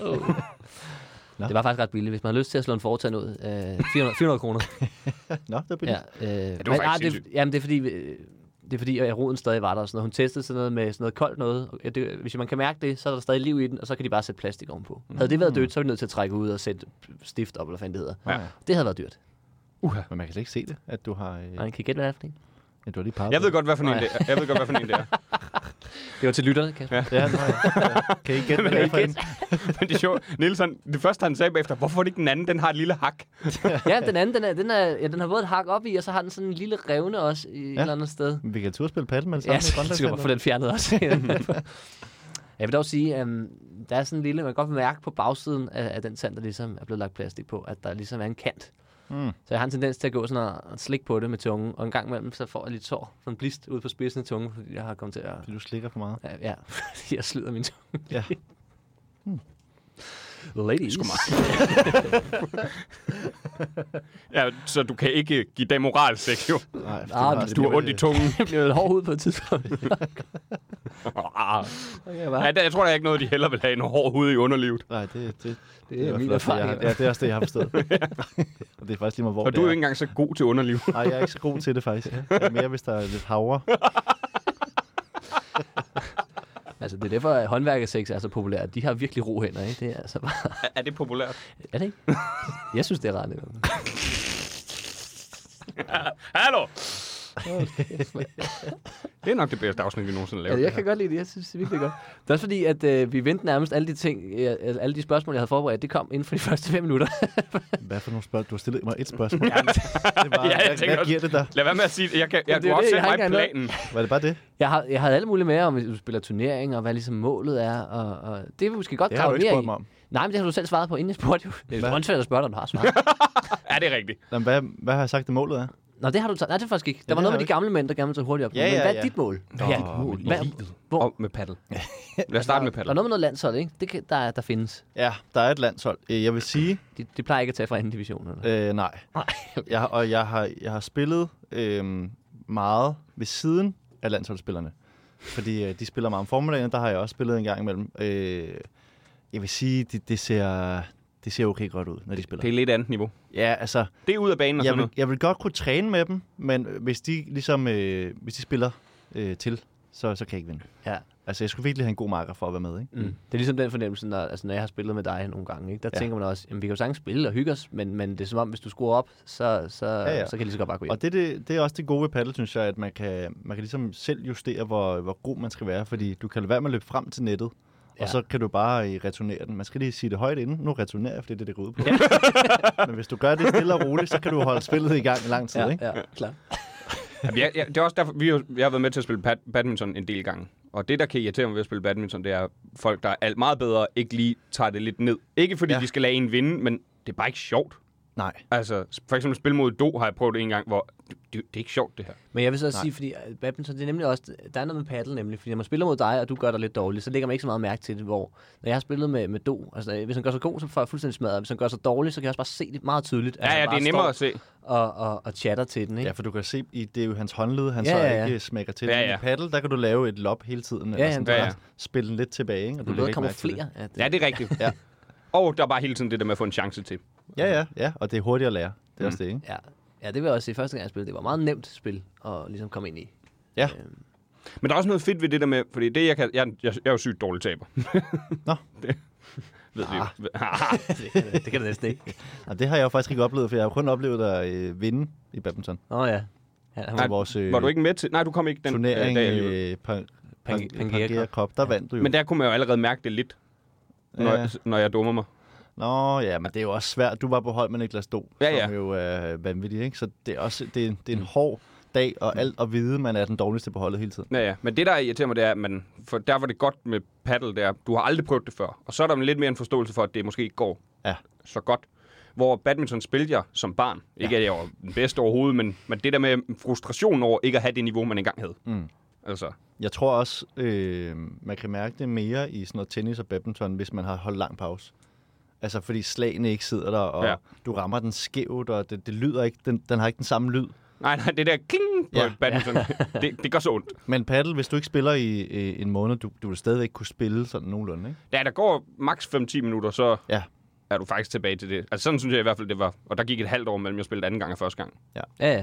Det var faktisk ret billigt. Hvis man har lyst til at slå en fortand ud, øh, fire hundrede, fire hundrede kroner. Nå, det er billigt. Ja, øh, var men, faktisk ah, det, sindssygt. jamen, det er fordi, øh, det er fordi, at roden stadig var der. Og sådan noget. Hun testede sådan noget med sådan noget koldt noget. Og det, hvis man kan mærke det, så er der stadig liv i den, og så kan de bare sætte plastik ovenpå. Havde det været dødt, så er vi nødt til at trække ud og sætte stift op, eller hvad fanden det hedder. Ja. Det havde været dyrt. Men man kan slet ikke se det, at du har... Øh, Nej, kan I gætte, hvad det er for en? ja, du har lige peget Jeg på ved godt, hvad for en det er. Jeg ved godt, hvad for en det er. Det var til lytterne, Kasper. Ja. det. Ja, nå, ja. Kan I gætte, hvad det er for en? Men det er sjovt. Niels, han, det første, han sagde bagefter, hvorfor er det ikke den anden? Den har et lille hak. ja, den anden, den, er, den, er, ja, den har både et hak op i, og så har den sådan en lille revne også i ja. et eller andet sted. Vi kan turde spille paddle med det Ja, samme i så skal man få den fjernet også. Jeg vil dog sige, at um, der er sådan en lille, man kan godt mærke på bagsiden af, af den tand, der ligesom er blevet lagt plastik på, at der ligesom er en kant. Mm. Så jeg har en tendens til at gå sådan og, og slikke på det med tungen, og en gang imellem, så får jeg lidt sår, sådan en blist ud på spidsen af tungen, fordi jeg har kommet til at... Fordi du slikker for meget. Ja, ja fordi jeg slider min tunge. Ja. Hmm. Ladies. Sgu meget. Ja, så du kan ikke give dem moralsex, jo. Nej, Ah, Hvis du har ondt i tungen. Jeg bliver lidt hård ud på et tidspunkt. Ah. Okay, Ja, der, jeg tror, der er ikke noget, de heller vil have en hård hud i underlivet. Nej, det, det, det, Det er i hvert min fald også det, jeg erfaring. har- Ja, det er også det, jeg har forstået. Og det er faktisk lige meget, hvor Og det du er jo er. ikke engang så god til underliv. Nej, jeg er ikke så god til det faktisk. Det er mere, hvis der er lidt havre. Altså, det er derfor, at håndværkersex er så populært. De har virkelig ro hænder, ikke? Det er altså bare... Er, er det populært? Er det ikke? Jeg synes, det er rart. Hallo! Det er nok det bedste afsnit, vi nogensinde laver. Ja, jeg kan godt lide det. Jeg synes det er virkelig godt. Det er også fordi, at øh, vi vendte nærmest alle de ting, øh, alle de spørgsmål, jeg havde forberedt, det kom inden for de første fem minutter. Hvad for nogle spørgsmål? Du har stillet mig et spørgsmål. det var, Ja, jeg hvad, tænker hvad giver det dig? Lad være med at sige, jeg kan, jeg, det du er har også det, sendt jeg har mig ikke engang planen. Var det bare det? Jeg har, jeg havde alle mulige med, om du spiller turnering, og hvad ligesom målet er, og, og det vil vi måske godt Det har du grave ikke mere spurgt i. mig om. Nej, men det har du selv svaret på, inden jeg spurgte jo. Det er Hvad? åndssvagt at spørge dig, om du har svaret. Ja, det er rigtigt. Jamen, hvad, hvad har jeg sagt, det målet er? Nå, det har du taget. Nej, det er faktisk ikke. Der Ja, var det noget har med de jeg gamle mænd, der gerne vil tage hurtigt op. Ja, Men ja, hvad er ja. dit mål? Nå, Ja, mål i hvad, hvor, Og med paddle. Lad os starte med der er paddle. noget med noget landshold, ikke? Det kan, der, der findes. Ja, der er et landshold. Øh, Jeg vil sige, De, de plejer ikke at tage fra anden division. Eller? øh, nej. Nej. Jeg, og jeg har, jeg har spillet øh, meget ved siden af landsholdsspillerne. Fordi øh, de spiller meget om formiddagen, der har jeg også spillet en gang imellem. Øh, jeg vil sige, det, det, ser, det ser okay godt ud, når de spiller. Det er lidt andet niveau. Ja, altså, Det er ud af banen og jeg sådan vil, noget. jeg vil godt kunne træne med dem, men hvis de ligesom, øh, hvis de spiller øh, til, så, så kan jeg ikke vinde. Ja. Altså, jeg skulle virkelig have en god marker for at være med, ikke? Mm. Det er ligesom den fornemmelse, når, altså, når jeg har spillet med dig nogle gange. Ikke? Der Ja. tænker man også, jamen, vi kan jo sagtens spille og hygge os, men, men det er som om, hvis du skruer op, så, så, ja, ja. så kan jeg lige så godt bare gå hjem. Og det, det, det er også det gode ved paddle, synes jeg, at man kan, man kan ligesom selv justere, hvor, hvor god man skal være, fordi du kan lade være med at løbe frem til nettet, Ja. og så kan du bare øh, returnere den. Man skal lige sige det højt inden. Nu returnerer jeg, fordi det er det, det går ud på. Men hvis du gør det stille og roligt, så kan du holde spillet i gang i lang tid, ja, ikke? ja, klar. Jamen, jeg, jeg, det er også derfor, vi har, jeg har været med til at spille bad, badminton en del gange. Og det, der kan irritere mig ved at spille badminton, det er folk, der er alt meget bedre, ikke lige tager det lidt ned. Ikke fordi Ja. de skal lade en vinde, men det er bare ikke sjovt. Nej. Altså, for eksempel spil mod Do har jeg prøvet en gang, hvor det, det, det er ikke sjovt, det her. Men jeg vil så også Nej. sige, fordi øh, badminton, det er nemlig også, der er noget med paddle nemlig, fordi når man spiller mod dig, og du gør dig lidt dårligt, så lægger man ikke så meget mærke til det, hvor når jeg har spillet med, med Do, altså hvis han gør så god, så får jeg fuldstændig smadret, hvis han gør så dårligt, så kan jeg også bare se det meget tydeligt. at Ja, han ja, bare det er nemmere står at se. Og, og, og chatter til den, ikke? Ja, for du kan se, i, det er jo hans håndled, han Ja, så ja, ja. ikke smækker til. Ja, Men ja. I paddle, der kan du lave et lob hele tiden, eller ja, sådan, ja, bare ja. spille den lidt tilbage, ikke? Og Du du både lægger ikke mærke til det. kamuflere. Ja, det, Ja, det er rigtigt. Ja. Og der er bare hele tiden det der med at få en chance til. Ja, ja, ja, og det er hurtigt at lære. Det er Mm. også det, ikke? ja. ja, det vil jeg også sige, første gang jeg spillede, det var meget nemt spil at ligesom komme ind i. Ja. Øhm, Men der er også noget fedt ved det der med, fordi det, jeg kan, jeg, jeg, jeg er jo sygt dårlig taber. Nå. Det ved vi jo. det, kan, det kan det næsten ikke. Og det har jeg jo faktisk ikke oplevet, for jeg har jo kun oplevet at øh, vinde i badminton. Åh ja. ja han Til var, vores øh, Var du ikke med til? Nej, du kom ikke den turnering øh, dag alligevel. øh, Pan- Pan- Pan- Pangea Pangea Cup. Cup. Der vandt du jo. Men der kunne man jo allerede mærke det lidt, når, Ja. jeg, når jeg dummer mig. Nå, ja, men det er jo også svært. Du var på hold med Niklas Do, Ja, ja. som jo er vanvittig, ikke? Så det er også det er, det er en hård dag, og alt at vide, man er den dårligste på holdet hele tiden. Ja, ja. Men det, der irriterer mig, det er, at man, for der var det godt med paddle, der. Du har aldrig prøvet det før. Og så er der lidt mere en forståelse for, at det måske ikke går Ja. så godt. Hvor badminton spillede jeg som barn. Ikke at jeg var den bedste overhovedet, men, men det der med frustrationen over ikke at have det niveau, man engang havde. Mm. Altså, Jeg tror også, øh, man kan mærke det mere i sådan noget tennis og badminton, hvis man har holdt lang pause. Altså, fordi slagene ikke sidder der, og Ja. ja. du rammer den skævt, og det, det lyder ikke, den, den har ikke den samme lyd. nej, nej, det der kling på Ja. ja. badminton, det, det gør så ondt. Men paddle, hvis du ikke spiller i øh, en måned, du, du vil stadigvæk kunne spille sådan nogenlunde, ikke? Ja, der går maks fem til ti minutter, så Ja. er du faktisk tilbage til det. Altså sådan synes jeg i hvert fald, det var. Og der gik et halvt år mellem, jeg spillede anden gang og første gang. ja, ja.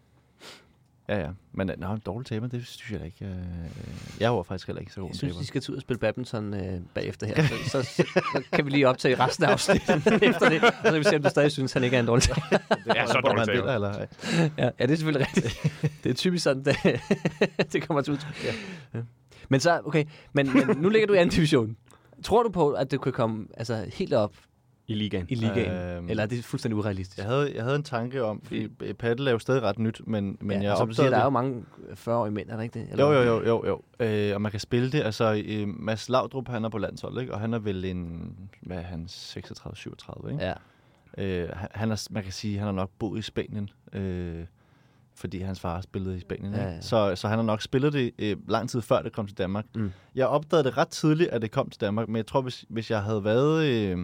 Ja, ja. Men øh, nå, dårlig taber, det synes jeg da ikke. Øh, jeg var faktisk heller ikke så god Jeg en synes, taber. de skal tage ud og spille badminton øh, bagefter her. Så, så, så, så kan vi lige optage resten af afsnittet efter det. Og så kan vi se, om du stadig synes, han ikke er en dårlig taber. Ja, så Hvor dårligt man taber. vinder, eller? Ja, ja, det er selvfølgelig rigtigt. Det er typisk sådan, det, det kommer til udtryk. Ja. Ja. Men så, okay, men, men nu ligger du i anden division. Tror du på, at det kunne komme altså, helt op I ligaen. i ligaen? Øhm, Eller er det fuldstændig urealistisk? Jeg havde, jeg havde en tanke om, fordi paddle er jo stadig ret nyt, men, men ja, jeg som du siger, opdagede der er det. jo mange fyrre-årige mænd, er der ikke det? Eller Jo, hvad? jo, jo, jo, jo. Øh, og man kan spille det. Altså, øh, Mads Laudrup, han er på landshold, ikke? Og han er vel en, hvad er han, seksogtredive syvogtredive, ikke? Ja. Øh, han er, man kan sige, at han har nok boet i Spanien, øh, fordi hans far spillede i Spanien. Ja, ja. Så, så han har nok spillet det øh, lang tid før det kom til Danmark. Mm. Jeg opdagede det ret tidligt, at det kom til Danmark, men jeg tror, hvis, hvis jeg havde været øh,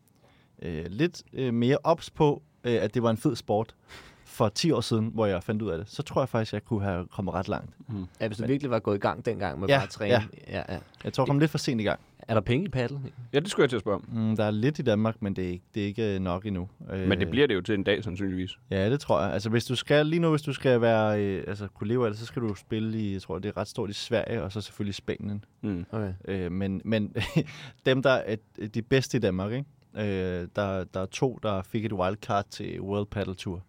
øh, lidt øh, mere ops på, øh, at det var en fed sport for ti år siden, hvor jeg fandt ud af det, så tror jeg faktisk, jeg kunne have kommet ret langt. Mm. Ja, hvis du virkelig var gået i gang dengang med Ja, bare at træne. ja. Ja, ja. Jeg tror, jeg kom lidt for sent i gang. Er der penge i paddle? Ja, det skulle jeg til at spørge om. Mm, der er lidt i Danmark, men det er ikke, det er ikke nok endnu. Men det bliver det jo til en dag, sandsynligvis. Ja, det tror jeg. Altså, hvis du skal, lige nu, hvis du skal være, øh, altså, kunne leve af det, så skal du spille i, jeg tror, det er ret stort i Sverige, og så selvfølgelig Spanien. Mm. Okay. Øh, men men dem, der er de bedste i Danmark, ikke? Øh, der, der er to, der fik et wildcard til World Paddle Tour.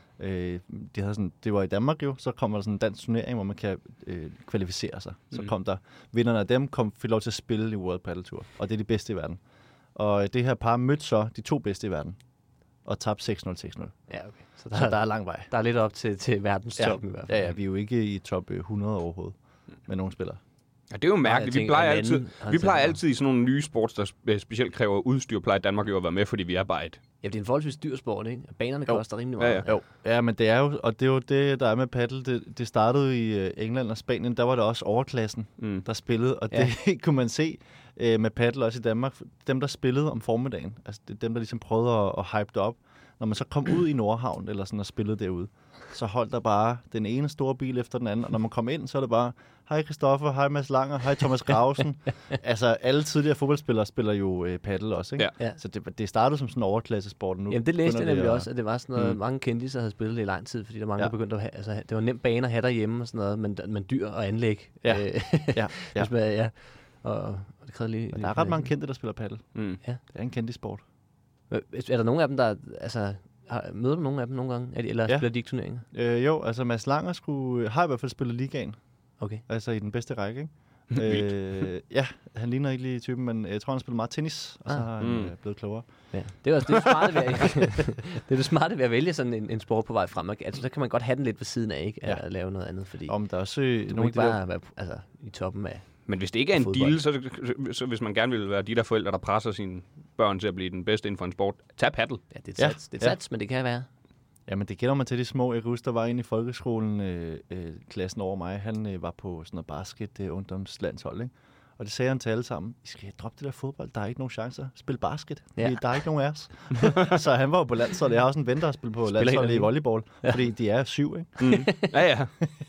øh, de havde sådan, det var i Danmark jo, så kom der sådan en dansk turnering, hvor man kan øh, kvalificere sig. Så Mm. kom der, vinderne af dem kom, fik lov til at spille i World Paddle Tour, og det er de bedste i verden. Og det her par mødte så de to bedste i verden, og tabte seks nul seks nul. Ja, okay. Så der, Så er, der er lang vej. der er lidt op til, til verdens Ja. top i hvert fald. Ja, ja, vi er jo ikke i top hundrede overhovedet med nogle spillere. Ja, det er jo mærkeligt. jeg Vi tænker, plejer, at altid, anden har vi plejer tænkt altid i sådan nogle nye sports, der spe- specielt kræver udstyr, plejer Danmark jo at være med, fordi vi er bare et. Ja, det er en forholdsvis dyr sport, ikke? Banerne Jo. koster rimelig Ja, meget. ja. Jo, ja, men det er jo, og det er jo det, der er med paddle. Det, det startede i øh, England og Spanien, der var det også overklassen, Mm. der spillede, og Ja. det kunne man se øh, med paddle også i Danmark. Dem, der spillede om formiddagen, altså det er dem, der ligesom prøvede at, at hype det op. Når man så kom ud i Nordhavn, eller sådan og spillede derude, så holdt der bare den ene store bil efter den anden, og når man kom ind, så er det bare, hej Christoffer, hej Mads Langer, hej Thomas Grausen. Altså, alle tidligere fodboldspillere spiller jo øh, paddle også, ikke? Ja. Ja. Så det, det startede som sådan en overklassesport. Nu Jamen, det læste jeg begynder nemlig at- også, at det var sådan noget, Mm. mange kendte sig havde spillet det i lang tid, fordi der mange, Ja. der begyndte at have, altså, det var nemt bane at have derhjemme og sådan noget, men, men dyr og anlæg. Ja. Øh, Ja, ja. hvis man, ja. Og, og det krævede lige... Men lige der er ret mange kendte, der spiller paddle. Mm. Det er en kendt sport. Men Er der nogen af dem, der... Altså, har, møder du nogen af dem nogle gange? Er de, eller Ja. spiller de ikke turneringer? Øh, jo, altså Mads Langer skulle, har i hvert fald spillet ligaen, Okay. altså i den bedste række, ikke? øh, ja, han ligner ikke lige typen, men jeg tror, han spiller meget tennis, og så Ah. har han Mm. øh, blevet klogere. Ja. Det er også det, er det smarte ved at, det er det smarte ved at vælge sådan en, en sport på vej frem. Altså, så kan man godt have den lidt ved siden af, ikke? At, Ja. at lave noget andet, fordi Om der er også øh, du kan nogle af ikke de der... bare være altså, i toppen af... Men hvis det ikke er en Fodbold. deal, så, så, så hvis man gerne vil være de der forældre, der presser sine børn til at blive den bedste inden for en sport, tag paddle. Ja, det er et Ja, sats, det er et ja. sats, men det kan være. Jamen, det gælder man til de små. Jeg kan huske, der var en i folkeskolen, øh, øh, klassen over mig, han øh, var på sådan noget basket, øh, ungdomslandshold, ikke? Og det sagde han til alle sammen, I skal droppe det der fodbold, der er ikke nogen chancer. Spil basket, Ja. ja. Der er ikke nogen af os. Så han var jo på landsholdet. Jeg har også en ven, der har spillet på Spiller landsholdet helt i volleyball, Ja. ja. fordi de er syv, ikke? Mm. Ja, ja.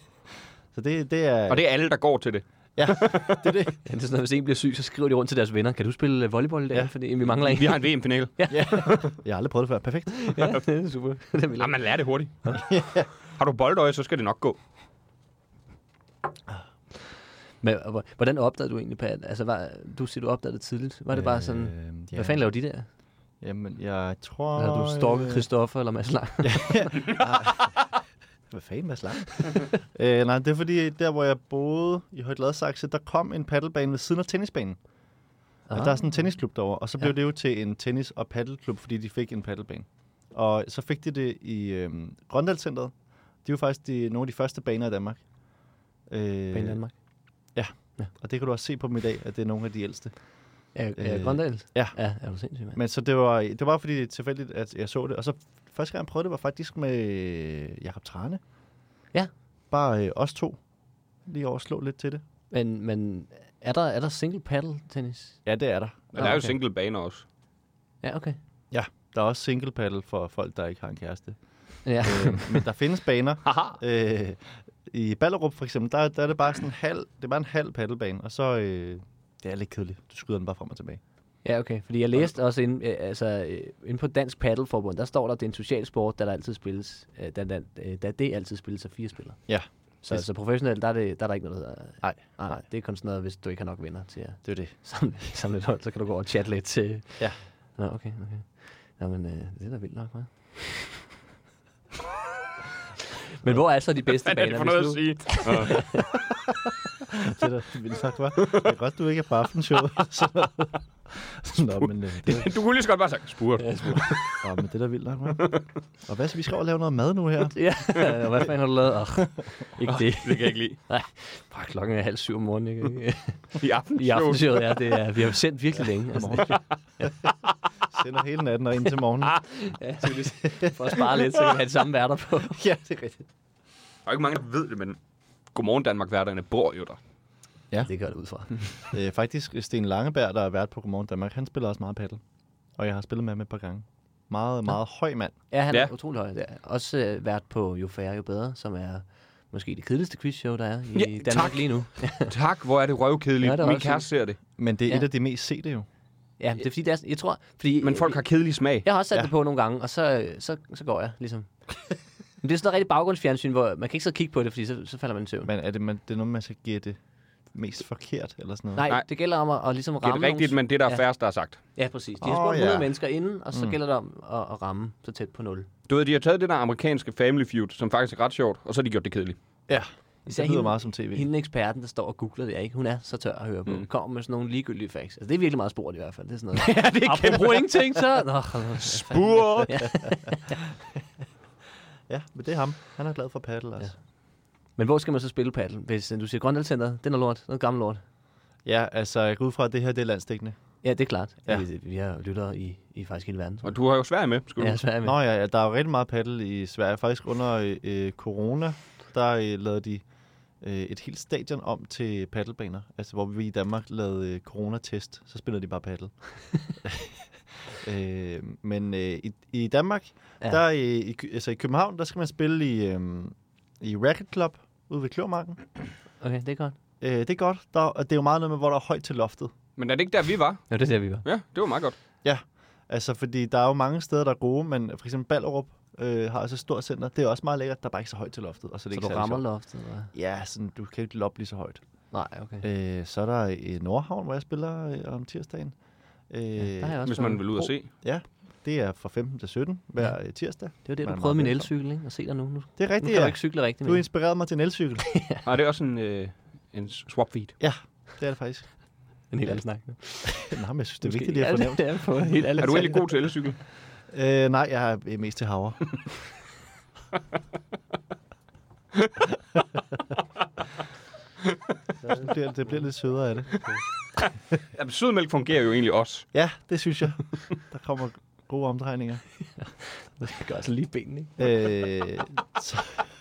Så det, det er... Og det er alle, der går til det. Ja, det er det. Ja, det er sådan noget, hvis en bliver syg, så skriver de rundt til deres venner. Kan du spille øh, volleyball i dag? Ja. Ja. Fordi vi mangler en. Vi har en V M-finale. Jeg har aldrig prøvet det før. Perfekt. Ja, det er super. Det er Ja, man lærer det hurtigt. Har du boldøje, så skal det nok gå. Men og hvor- hvordan opdagede du egentlig paddle? Altså, var, du siger, du opdagede det tidligt. Var det bare sådan, Øh, hvad fanden laver de der? Jamen, jeg tror... Eller har du stalket øh, Christoffer eller Mads Lang? Hvad fanden, Mads Lang? øh, nej, det er fordi, der hvor jeg boede i Højtladsaxe, der kom en paddlebane ved siden af tennisbanen. Ah. Der er sådan en tennisklub derovre, og så blev Ja. ja. det jo til en tennis- og paddelklub, fordi de fik en paddlebane. Og så fik de det i øh, Grøndalscenteret. De var faktisk de, nogle af de første baner i Danmark. Øh, På Danmark. Og det kan du også se på dem i dag, at det er nogle af de ældste. Ja, ja Øh, Grøndal? ja. Ja, er du sindssygt, mand. Men så det var, det var fordi det er tilfældigt, at jeg så det. Og så første gang jeg prøvede det, var faktisk med Jakob Trane. Ja. Bare øh, os to. Lige over slå lidt til det. Men, men er der, er der single paddle tennis? Ja, det er der. Men der er jo okay. single baner også. Ja, okay. Ja, der er også single paddle for folk, der ikke har en kæreste. Ja. øh, men der findes baner. Haha. Øh, I Ballerup for eksempel, der, der er det bare sådan en halv, det er bare en halv paddlebane, og så, øh, det er lidt kedeligt. Du skyder den bare frem og tilbage. Ja, okay. Fordi jeg læste også inde, øh, altså, øh, inde på Dansk Paddelforbund, der står der, at det er en social sport, der, der altid spilles, øh, der, der, øh, der det altid spilles af fire spillere. Ja. Så, Hvis- så professionelt, der er, det, der er der ikke noget, der hedder... Nej, Nej, nej, det er kun sådan noget, hvis du ikke har nok venner til at det er det. samle, samle et hold, så kan du gå og chatte lidt til... Ja. Nå, okay, okay. Jamen, øh, det er da vildt nok, hva'? Men hvor er så de bedste Hvad er baner? det for hvis noget at nu- sige? Det er da vildt sagt, hva'? Det er godt, du ikke er på aftenshowet. Så- Nå, men, øh, det, er, Du kunne lige så godt bare sige, spurgt. Ja, spurgt. nå, men det er da vildt nok, hva'? Og hvad så, vi skal over og lave noget mad nu her? Ja, og hvad fanden har du lavet? Oh, ikke det. Det kan jeg ikke lide. Bare klokken er halv syv om morgenen, ikke? I aften. I aftenshowet, ja. Det er, vi har jo sendt virkelig længe. Altså, Sender hele natten og ind til morgen. Ja, så vi, for at spare lidt, så kan vi have de samme værter på. Ja, det er rigtigt. Der er ikke mange, der ved det, men Godmorgen Danmark-værterne bor jo der. Ja. Det gør det ud fra. Det er faktisk Sten Langeberg, der er vært på Godmorgen Danmark. Han spiller også meget paddle. Og jeg har spillet med ham et par gange. Meget, meget høj mand. Ja, han Ja. er utrolig høj. Der. Også øh, vært på Jo Færre, Jo Bedre, som er måske det kedeligste quizshow, der er i Ja, Danmark tak. lige nu. Tak, hvor er det røvkedeligt. Ja, det er Min også kæreste ser det. Men det er Ja. et af de mest sete jo. Ja, det er fordi, det er, jeg tror... Fordi, Men folk har kedelig smag. Jeg har også sat Ja. ja. det på nogle gange, og så, så, så går jeg, ligesom. Men det er sådan noget rigtig baggrundsfjernsyn, hvor man kan ikke så kigge på det, fordi så, så falder man i søvn. Men er det, man, det er noget, man skal give det mest forkert, eller sådan noget? Nej, Nej. det gælder om at, at ligesom Det er ramme det rigtigt, nogle... men det der er Ja. færrest, der er sagt. Ja, præcis. De har Åh, spurgt hundrede ja. mennesker inden, og så Mm. gælder det om at, at ramme så tæt på nul. Du ved, de har taget det der amerikanske Family Feud, som faktisk er ret sjovt, og så har de gjort det kedeligt. Ja, Især det lyder hende, meget som tv. hende eksperten, der står og googler det, ikke? Hun er så tør at høre på. Mm. Mm. Kommer med sådan nogle ligegyldige facts. Altså, det er virkelig meget spurgt i hvert fald. Det er sådan noget. ja, det er apropos ingenting, så... Nå, Spur! ja. Ja, men det er ham. Han er glad for paddle også. Men hvor skal man så spille paddle? Hvis øh, du siger Grønlandscenteret, den er lort. Den er gammel lort. Ja, altså jeg går ud fra, at det her det er landsdækkende. Ja, det er klart. Ja. Ja. Vi, vi har lyttere i, i faktisk hele verden. Og du har jo Sverige med, skulle Ja, du? Sverige med. Nå ja, ja, der er jo rigtig meget paddle i Sverige. Faktisk under øh, corona, der øh, lavede de øh, et helt stadion om til paddelbaner. Altså hvor vi i Danmark lavede øh, coronatest, så spillede de bare paddle. øh, men øh, i, i Danmark, ja. Ja. der øh, i, Kø- altså i København, der skal man spille i, øh, i Racket Club ude ved Kløvermarken. Okay, det er godt. Øh, det er godt. Der, og det er jo meget noget med, hvor der er højt til loftet. Men er det ikke der, vi var? Ja, det er der, vi var. Ja, det var meget godt. Altså, fordi der er jo mange steder, der er gode, men for eksempel Ballerup øh, har også et stort center. Det er også meget lækkert. Der er bare ikke så højt til loftet. Og så, er det Så ikke du særlig rammer sjovt. loftet? Eller? Ja, sådan, du kan ikke loppe lige så højt. Nej, okay. Øh, så er der i Nordhavn, hvor jeg spiller øh, om tirsdagen. Øh, Ja, der har jeg også Hvis man været. vil ud og se. det er fra femten til sytten hver ja. tirsdag. Det var det, Man er du prøvede meget min velkommen. elcykel, ikke? Og se dig nu. Nu, Det er nu rigtigt, kan du ja. ikke cykle rigtigt Du mere. inspirerede mig til en elcykel. Nej, det er også en, øh, en swap feed. Det er det faktisk. En helt anden snak. Nej, men jeg synes, det er Måske- vigtigt lige at ja, få nævnt. det er på helt alle Er du egentlig god til elcykel? Øh, nej, jeg er mest til havre. det, bliver, det bliver lidt sødere af det. Ja, sødmælk fungerer jo egentlig også. Ja, det synes jeg. Der kommer gode omdrejninger. Det gør altså lige benene, ikke? Øh, så,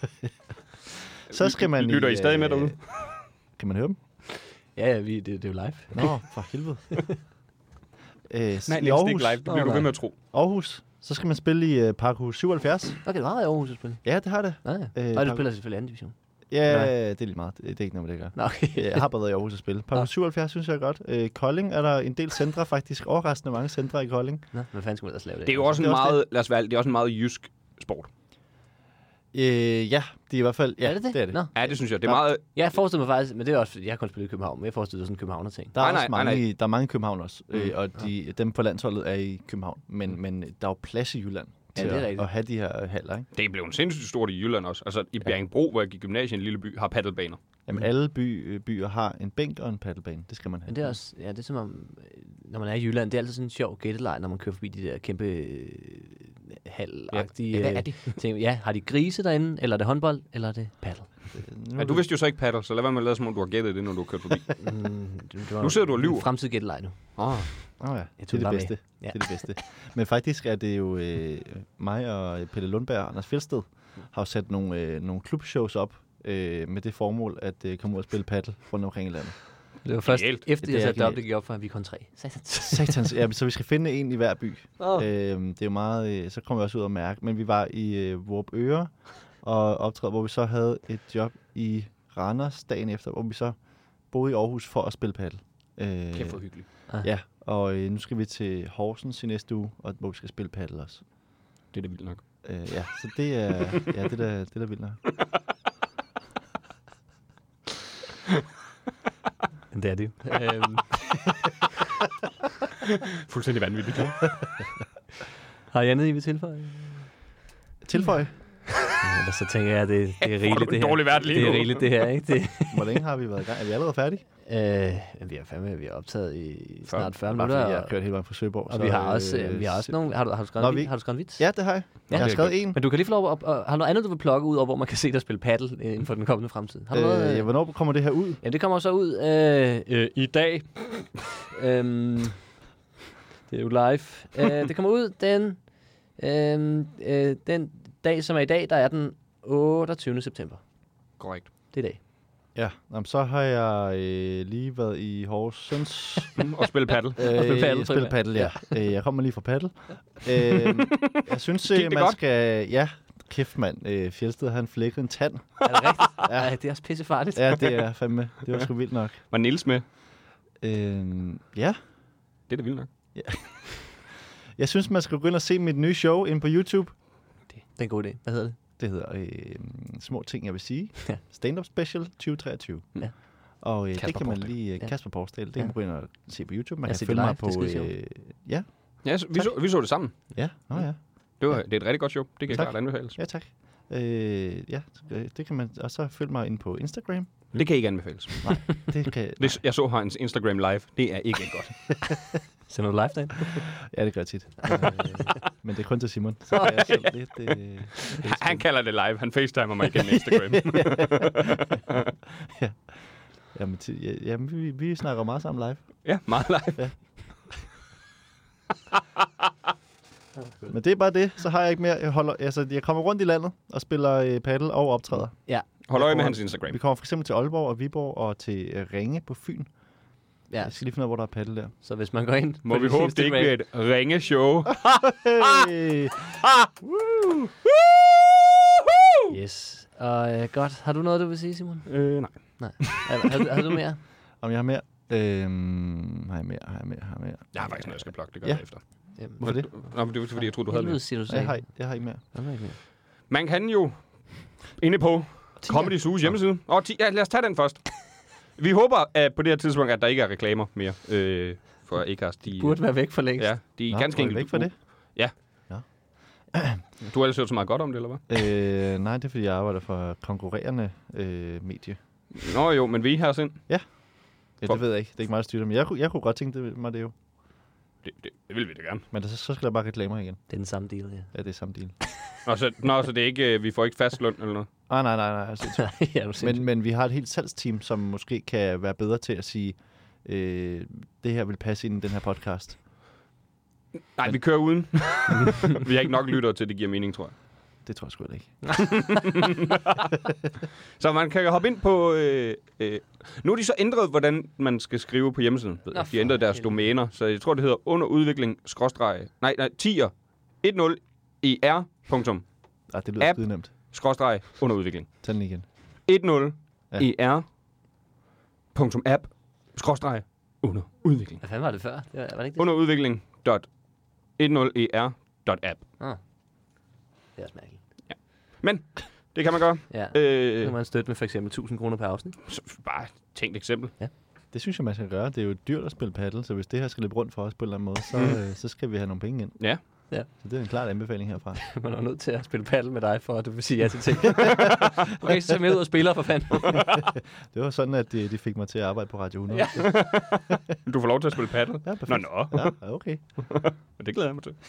så skal man Lytter I øh, stadig med derude? Kan man høre dem? Ja, ja, vi, det, det er jo live. Nå, for helvede. øh, Nej, I det er ikke Aarhus, live. Det bliver du ved med at tro. Aarhus, så skal man spille i uh, Parkhus syvoghalvfjerds. Okay, det var i Aarhus at spille. Ja, det har det. Ja, ja. Øh, Og du Park- spiller selvfølgelig anden division. Ja, Nej. det er lige meget. Det, det er ikke noget, med det gør. Nå, okay. Jeg har bare været i Aarhus at spille. Parkhus Nå. syvoghalvfjerds synes jeg er godt. Øh, Kolding er der en del centre, faktisk. Overraskende mange centre i Kolding. Nå, hvad fanden skulle man ellers lave det? Det er jo også Det en er også meget, lad os være, ærlige, det er også en meget jysk sport. Øh, ja, de er i hvert fald... Ja, er det det? det er det. Nå. Ja, det synes jeg. Det er Ja. meget... Jeg forestiller mig faktisk, men det er også, fordi jeg har kun spillet i København, men jeg forestiller mig sådan en københavner-ting. Der er Nej, også nej, mange, nej, I, der er mange i København også, Mm. øh, og de, dem på landsholdet er i København. Men, men der er jo plads i Jylland Ja, til det er at, rigtigt. at have de her haller, ikke? Det er blevet sindssygt stort i Jylland også. Altså i Bjerringbro, hvor jeg gik i gymnasiet i en lille by, har paddelbaner. Jamen, alle by, byer har en bænk og en paddelbane. Det skal man have. Men det er også, ja, det er som om, øh, når man er i Jylland, det er altid sådan en sjov gætteleg, når man kører forbi de der kæmpe øh, halvagtige Ja, hvad er øh, det? ting. Ja, har de grise derinde, eller er det håndbold, eller er det paddle? Nu, Ja, du vidste jo så ikke paddle, så lad være med at lade som om du har gættet det, når du har kørt forbi. Mm, det, det var Nu sidder du og lyver. en Fremtidig gætteleg nu. Oh. Åh oh, ja, Jeg det tog er bare det med. bedste. Ja. Det er det bedste. Men faktisk er det jo øh, mig og Pelle Lundberg og Anders Fjeldsted har jo sat nogle, øh, nogle klubshows op øh, med det formål at øh, komme ud og spille paddle rundt omkring i landet. Det var først Genialt. efter, Det jeg er satte det op, genialt. det gik op for, at vi er kun tre. Satans. Satans. Ja, så vi skal finde en i hver by. Oh. Øh, det er jo meget, øh, så kommer vi også ud og mærke. Men vi var i øh, Vorupøre og optræde, hvor vi så havde et job i Randers dagen efter, hvor vi så boede i Aarhus for at spille paddle. Øh, Kæft for hyggeligt. Ja, og øh, nu skal vi til Horsens i næste uge, og, hvor vi skal spille paddle også. Det er det vildt nok. Øh, ja, så det er, ja, det der, det der vildt nok. Det er det. øhm, Fuldstændig vanvittigt. har I andet, I vil tilføje? Tilføj. Ja, eller så tænker jeg, at det, det er Hvor er rigeligt du det her. dårlig vært lige det er nu. rigeligt det her, ikke? Det, Hvor længe har vi været i gang? Er vi allerede færdige? øh, vi har fandme, vi har optaget i snart fyrre Bare minutter. fordi jeg Og, har kørt hele vejen fra Søborg. og så, vi har også, øh, øh, vi har også nogle... Har du, har du skrevet, Nå, en, vi- vi... har du skrevet en vits? Ja, det har jeg. Ja, jeg har det er skrevet en. Men du kan lige få lov at... Og, har du noget andet, du vil plukke ud over, hvor man kan se dig spille paddle øh, inden for den kommende fremtid? Har du noget? Øh, ja, hvornår kommer det her ud? Ja, det kommer så ud øh, øh, i dag. øhm, Det er jo live. uh, det kommer ud den, uh, uh, den dag, som er i dag, der er den otteogtyvende september. Korrekt. Det er i dag. Ja, jamen, så har jeg øh, lige været i Horsens. Og spille paddle. Øh, spille paddle, spille primært. paddle, ja. Øh, jeg kommer lige fra paddle. øh, jeg synes, Gik øh, det man godt? skal... Ja, kæft mand. Øh, Fjeldsted, han flækkede en tand. Er det rigtigt? Ja. ja. Det er også pissefarligt. Ja, det er fandme. Det var sgu vildt nok. Var Niels med? Øh, ja. Det er da vildt nok. Jeg synes, man skal gå ind og se mit nye show inde på YouTube. Det er en god idé. Hvad hedder det? Det hedder øh, Små ting, jeg vil sige. Ja. Stand-up special tyve treogtyve. Ja. Og øh, det Kasper kan man Porsdal. lige... Øh, Ja. Kasper Porsdal, det Ja. kan man gå ind og se på YouTube. Man Jeg har kan set følge det mig live. på... Det er skide Øh, ja, Ja, så, vi, så, vi så det sammen. ja, nå ja. Det, var, det er et rigtig godt show. Det kan Tak. klart anbefales. Ja, tak. Øh, ja, øh, det kan man... Og så følg mig ind på Instagram. Det kan ikke anbefales. Nej, det kan... Det, jeg så hans Instagram live. Det er ikke godt. Sender du live derinde? Ja, det gør jeg tit. Men, øh, men det er kun til Simon. Så det er sådan lidt... Øh, lidt Han kalder det live. Han facetimer mig igennem Instagram. Jamen, ti- ja, jamen vi, vi snakker meget sammen live. Ja, meget live. Men det er bare det. Så har jeg ikke mere. Jeg, holder, altså, jeg kommer rundt i landet og spiller øh, paddle og optræder. Ja. Hold øje med kommer- hans Instagram. Vi kommer for eksempel til Aalborg og Viborg og til øh, Ringe på Fyn. Ja, Jeg skal lige finde ud af, hvor der er paddle der. så hvis man går ind Må på vi din håbe, det ikke Instagram- bliver et ringe show. Hey! Yes. Og øh, godt. Har du noget, du vil sige, Simon? øh, nej. Nej. Har, har, du- har du mere? Om jeg har mere? Øhm, har jeg mere? Har jeg mere? Har jeg mere? Jeg har faktisk noget, jeg skal blokke. Det gør Ja. jeg efter. Jamen, Hvorfor det? Nå, men det var fordi, jeg troede, du havde helvede, med. siger du Jeg sagde. har, jeg har ikke mere. Jeg har ikke mere. Man kan jo inde på Comedy Zoo's hjemmeside. Og ti, ja, lad os tage den først. Vi håber at på det her tidspunkt, at der ikke er reklamer mere. Øh, for Acast. De, Burde være væk for længst. Ja, de er Nå, ganske går I enkelt. væk for det? Du har ellers hørt så meget godt om det, eller hvad? Øh, nej, det er fordi, jeg arbejder for konkurrerende øh, medie. Nå jo, men vi er her sind. Ja, For- det ved jeg ikke. Det er ikke mig, der styrer det. Men jeg, kunne- jeg kunne godt tænke det, mig det jo. Det, det, det vil vi da gerne. Men så, så skal der bare reklamer igen. Det er den samme deal, ja. Ja, det er samme deal. Nå, så, nå, så det er ikke, øh, vi får ikke fast løn eller noget? Ah, nej, nej, nej. Altså, ja, du men, men vi har et helt salgsteam, som måske kan være bedre til at sige, øh, det her vil passe ind i den her podcast. Nej, vi kører uden. Vi har ikke nok lyttere til, det giver mening, tror jeg. Det tror jeg sgu da ikke. Så man kan hoppe ind på... Øh, øh, nu har de så ændret, hvordan man skal skrive på hjemmesiden. Nå, De har for ændret deres helvede. domæner, så jeg tror, det hedder underudvikling, skråstreg... Nej, nej, tier, ti er, punktum, Ah, det lyder App. skide nemt. skråstreg, underudvikling. Tag den igen. ti er, punktum, app, skråstreg, underudvikling. Hvad fanden var det før? Det var, var det ikke det? Underudvikling, dot, ti er, dot app. Ah. Det er også mærkeligt. Men, det kan man gøre. Ja. Så Øh, kan man støtte med for eksempel tusind kroner per afsnit. så bare tænk et eksempel. Det synes jeg, man skal gøre. Det er jo dyrt at spille paddle, så hvis det her skal løbe rundt for os på en eller anden måde, så, Mm. øh, så skal vi have nogle penge ind. Ja. Ja. Så det er en klar anbefaling herfra. Man er nødt til at spille paddle med dig, for at du vil sige ja til ting. Okay, så tager med ud og spiller for fanden. Det var sådan, at de, de fik mig til at arbejde på Radio hundrede. Ja. Du får lov til at spille paddle. Ja, perfekt. Nå, nå. Ja, okay. Og det glæder jeg mig til.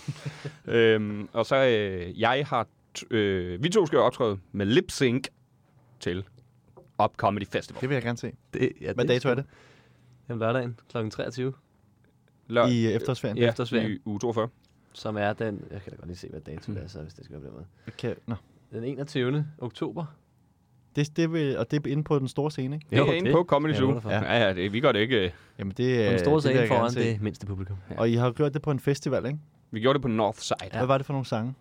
øhm, og så, øh, jeg har... T- øh, vi to skal jo optræde med Lip Sync til Up Comedy Festival. Det vil jeg gerne se. Det, ja, Hvad dato er det? Jamen lørdagen klokken treogtyve, Lør- I øh, efterårsferien? i efterårsferien. i uge toogfyrre. som er den... Jeg kan da godt lige se, hvad dato det er, så hvis det skal være på den måde. Kan, nå. Den enogtyvende oktober. Det, det vil, og det er inde på den store scene, ikke? Det Jo, er inde det på Comedy kan jeg Zoo. love dig for. Ja, ja, det, vi gør det ikke. øh, Jamen det, På den øh, store det vil scene jeg gerne foran se. det mindste publikum. Og I har gjort det på en festival, ikke? Vi gjorde det på Northside. Ja. Hvad var det for nogle sange?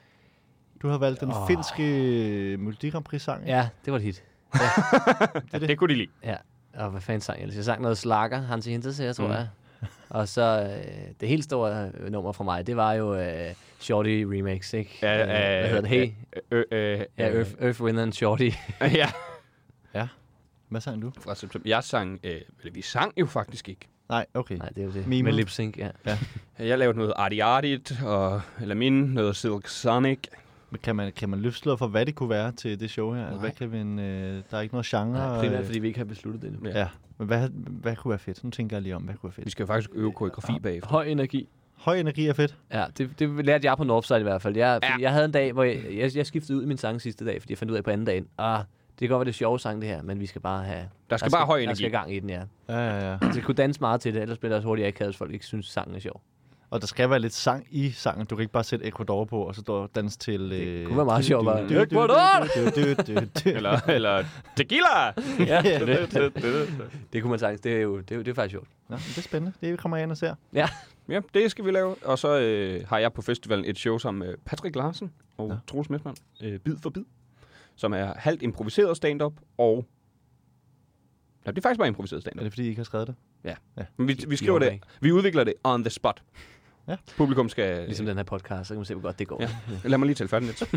Du har valgt den Åh. oh. finske Melodi Grand Prix-sang, ikke? Ja, det var et hit. Ja, det kunne de lide. Ja, og hvad fanden sang jeg? ellers? Jeg sang noget slakker, Hansi Hinterseer, tror Mm. mm. jeg. Og så øh, det helt store øh, nummer for mig, det var jo øh, Shorty Remix, ikke? Ja, Øh, hvad hedder det? Hey, Øh, øh, ja, Earth, Earth, Wind and Shorty. ja, Hvad sang du? fra september. Jeg sang... Øh, eller vi sang jo faktisk ikke. Nej, okay. Nej, det er jo det. Mime. Med lip sync, ja. Jeg lavede noget Artie Artit, og eller min, noget Silk Sonic. Men kan man, kan man løfte sløret for, hvad det kunne være til det show her? Altså, Nej. hvad kan vi en, øh, der er ikke noget genre. Nej, primært øh, fordi vi ikke har besluttet det endnu. Ja. Ja, men hvad, hvad kunne være fedt? Nu tænker jeg lige om, hvad kunne være fedt? Vi skal jo faktisk øve koreografi bagefter. Høj energi. Høj energi er fedt. Ja, det, det lærte jeg på Northside i hvert fald. Jeg, Ja. ja. jeg havde en dag, hvor jeg, jeg, jeg skiftede ud i min sang sidste dag, fordi jeg fandt ud af på anden dagen. Ah, det kan godt være det er sjove sang, det her, men vi skal bare have... Der skal bare høj Der energi. skal gang i den, ja. Ja, ja, ja. Så jeg kunne danse meget til det, ellers bliver det også hurtigt akavet, hvis folk ikke synes, sangen er sjov. Og der skal være lidt sang i sangen. Du kan ikke bare sætte Ecuador på, og så står danse til... Det øh, kunne være meget sjovt, bare. du- du- Ecuador! du- du- du- du- Eller, eller tequila! Ja, det, det, det kunne man sagtens. Det er jo det er, jo- det er faktisk sjovt. Nå, det er spændende. Det er, vi kommer ind og ser. Ja. Ja, det skal vi lave. Og så øh, har jeg på festivalen et show sammen med Patrick Larsen og Ja. Troels Messmann, øh, Bid for Bid, som er halvt improviseret stand-up, og... Ja, det er faktisk bare improviseret Er stand-up. det, fordi I ikke har skrevet det? Men vi, vi skriver det, vi udvikler det on the spot. Ja. Publikum skal... Ligesom den her podcast, så kan man se, hvor godt det går. Ja. Lad mig lige tælle færdig lidt.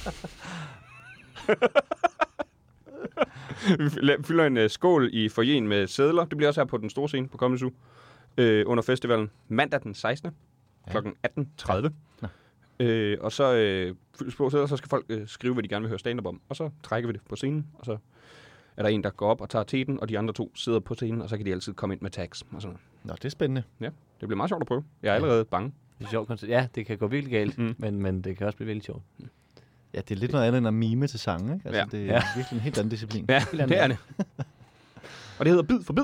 Vi la- fylder en uh, skål i foyeren med sædler. Det bliver også her på den store scene på Comedy Zoo. Øh, under festivalen mandag den sekstende Ja. klokken atten tredive. Nå. Øh, og så øh, fyldes på sædler, så skal folk øh, skrive, hvad de gerne vil høre stand-up om. Og så trækker vi det på scenen, og så er der en, der går op og tager teten, og de andre to sidder på scenen, og så kan de altid komme ind med tags og sådan. Nå, det er spændende. Det bliver meget sjovt at prøve. Jeg er allerede bange. Det er sjovt koncept. Ja, det kan gå virkelig galt, Mm. mm. men, men det kan også blive virkelig sjovt. Ja, det er lidt noget andet end at mime til sange, ikke? Altså, Ja. det er Ja. virkelig en helt anden disciplin. Ja, det er det. Og det hedder Bid for Bid.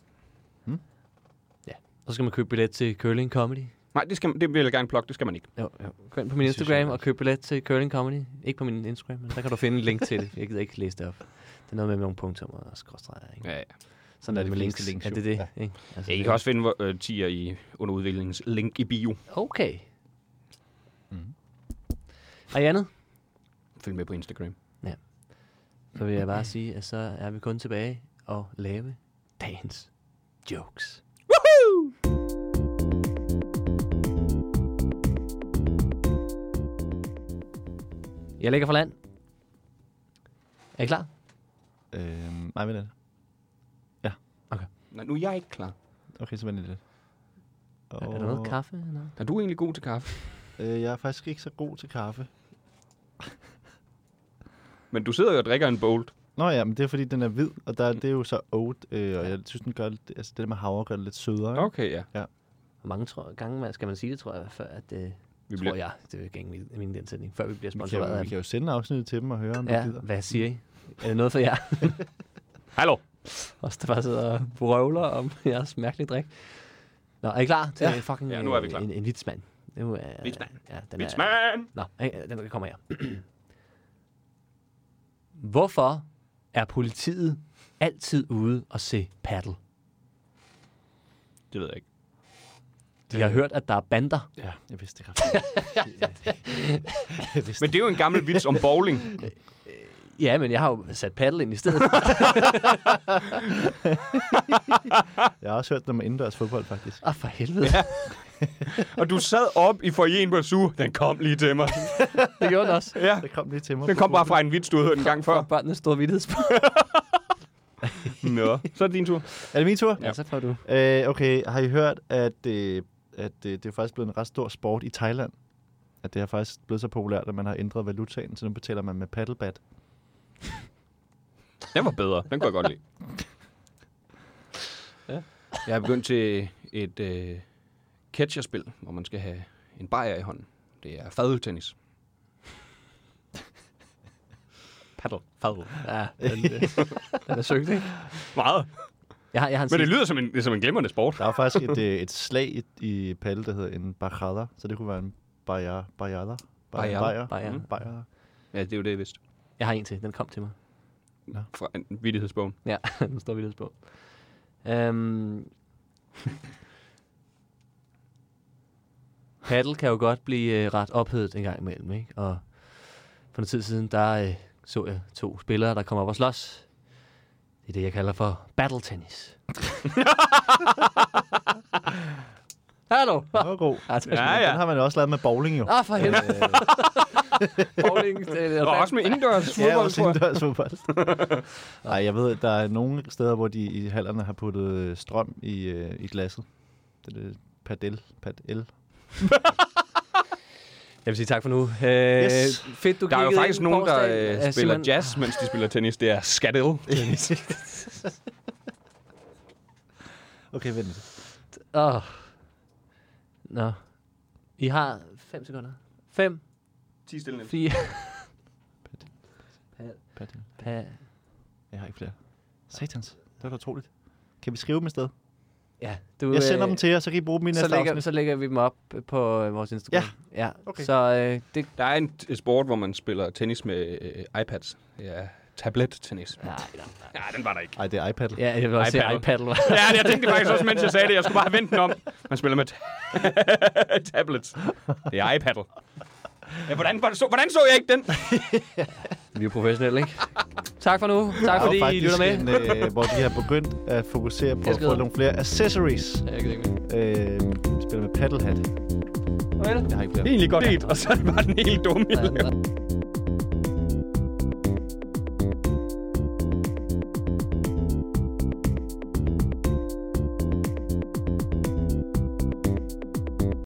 Så skal man købe billet til Curling Comedy. Nej, det, skal, det vil jeg gerne plukke, det skal man ikke. Jo, jo. Gå ind på min Det synes Instagram jeg og køb billet til Curling Comedy. Ikke på min Instagram, men der kan du finde en link til det. Jeg gider ikke læse det op. Det er noget med nogle punktummer og skråstreger, ikke? Ja, ja. Sådan er det med de links. fleste links, Er jo. det det? Ja. Ikke? Altså, Ja, I kan også finde øh, tier i underudviklingens link i bio. Okay. Mhm. Og i andet, Følg med på Instagram. så vil jeg bare sige, at så er vi kun tilbage og lave dagens jokes. Jeg lægger for land. Er I klar? Øhm, nej, vent lidt. Nej, nu er jeg ikke klar. Okay, så vent lidt. Er der noget kaffe? Eller noget? Er du egentlig god til kaffe? Øh, jeg er faktisk ikke så god til kaffe. Men du sidder jo og drikker en bold. Nå ja, men det er fordi, den er hvid, og der, det er jo så oat, øh, og jeg synes, den gør, det- altså det der med havre gør det lidt sødere. ikke? Okay, ja. Hvor mange tror, gange man- skal man sige det, tror jeg, før at øh, Vi tror bliver... jeg, det er ikke min, min indsætning, før vi bliver Vi kan, sponsoreret jo, af vi dem. kan jo sende afsnittet til dem og høre, om de Ja, gider. hvad siger I? Er det noget for jer? Hallo! Os, der bare sidder og brøvler om jeres mærkelige drik. Nå, er I klar til Ja. ja. fucking Ja, nu er vi klar. en, en vitsmand? Nu er, Vitsmand. Ja, den er, Vitsman! Nå, hey, den kommer her. Hvorfor er politiet altid ude og se paddle? Det ved jeg ikke. De har hørt, at der er bander. Ja, jeg vidste det godt. jeg vidste Men det er jo en gammel vits om bowling. Ja, men jeg har jo sat paddle ind i stedet. Jeg har også hørt dem om indendørs fodbold, faktisk. Åh, for helvede. Ja. Og du sad op i foyeren på Zoo. Den kom lige til mig. Det gjorde den også. Ja, Det kom lige til mig. den kom bare fra en vits, du havde hørt en gang For før. børnene store vittighedsspil. Nå, så er det din tur. Er det min tur? Ja, så får du. Øh, okay, har I hørt, at, øh, at øh, det er faktisk blevet en ret stor sport i Thailand? At det er faktisk blevet så populært, at man har ændret valutaen, så nu betaler man med paddlebat. Den var bedre. Den kunne jeg godt lide. Ja. Jeg er begyndt til et øh, catcherspil, hvor man skal have en bajer i hånden. Det er fadeltennis. Paddle. Paddle. Ja, den, øh, den er søgt, ikke? Meget. Jeg har, jeg har en Men det sidste- lyder som en, som en glimrende sport. Der er jo faktisk et, øh, et slag i, i paddle, der hedder en bajada, så det kunne være en bajar, bajada. Bajada. Bajer. Bajer. Mm. Bajer. Ja, det er jo det, jeg vidste. Jeg har en til. Den kom til mig. Fra en vittighedsbogen. Ja, den står vittighed på. Um, paddle kan jo godt blive uh, ret ophedet en gang imellem, ikke? Og for noget tid siden, der uh, så jeg to spillere, der kom op og slås. Det er det, jeg kalder for battle tennis. Hallo! Det var god. Ah, det er Ja, sgu- ja. Den har man jo også lavet med bowling, jo. Ah, for helvede. Bowling, det er Og også med indendørs Ja, fodbold, også tror jeg. indendørs fodbold. Nej, jeg ved, der er nogle steder, hvor de i hallerne har puttet øh, strøm i, øh, i glasset. Det er det padel. Padel. Jeg vil sige tak for nu. Uh, Yes. Fedt, du Der er jo kiggede faktisk ind, nogen, der Porsdal. øh, Uh, spiller Simon- jazz, mens de spiller tennis. Det er skadel. Okay, vent lidt. Åh. Oh. Nå. I har fem sekunder. Fem, ti stille nemt. fire, Padel. pa. Jeg har ikke flere. Satans. Det var da utroligt. Kan vi skrive dem i sted? Ja, du, Jeg sender øh, dem til jer, så kan I bruge dem i så næste lægger, afsnit. så lægger vi dem op på øh, vores Instagram. Ja. ja. Okay. Så øh, det... Der er en t- sport, hvor man spiller tennis med øh, iPads. Ja, tablet-tennis. Nej, nej, nej. Ja, den var der ikke. Ej, det er iPad. Ja, jeg vil også sige iPad. iPad. Ja, jeg tænkte det faktisk også, mens jeg sagde det. Jeg skulle bare have vendt den om. Man spiller med t- tablets. Det er iPad. Ja, hvordan, var det så, hvordan så jeg ikke den? Vi er professionelle, ikke? Tak for nu. Tak Der er fordi jo I lytter faktisk med. En, øh, hvor de har begyndt at fokusere på Jeg at skal få nogle flere accessories. Ja, jeg kan ikke mere. Øh, vi spiller med paddlehat. Farvel. Jeg har ikke flere. Egentlig godt set, og så er det bare den helt dumme. Ja,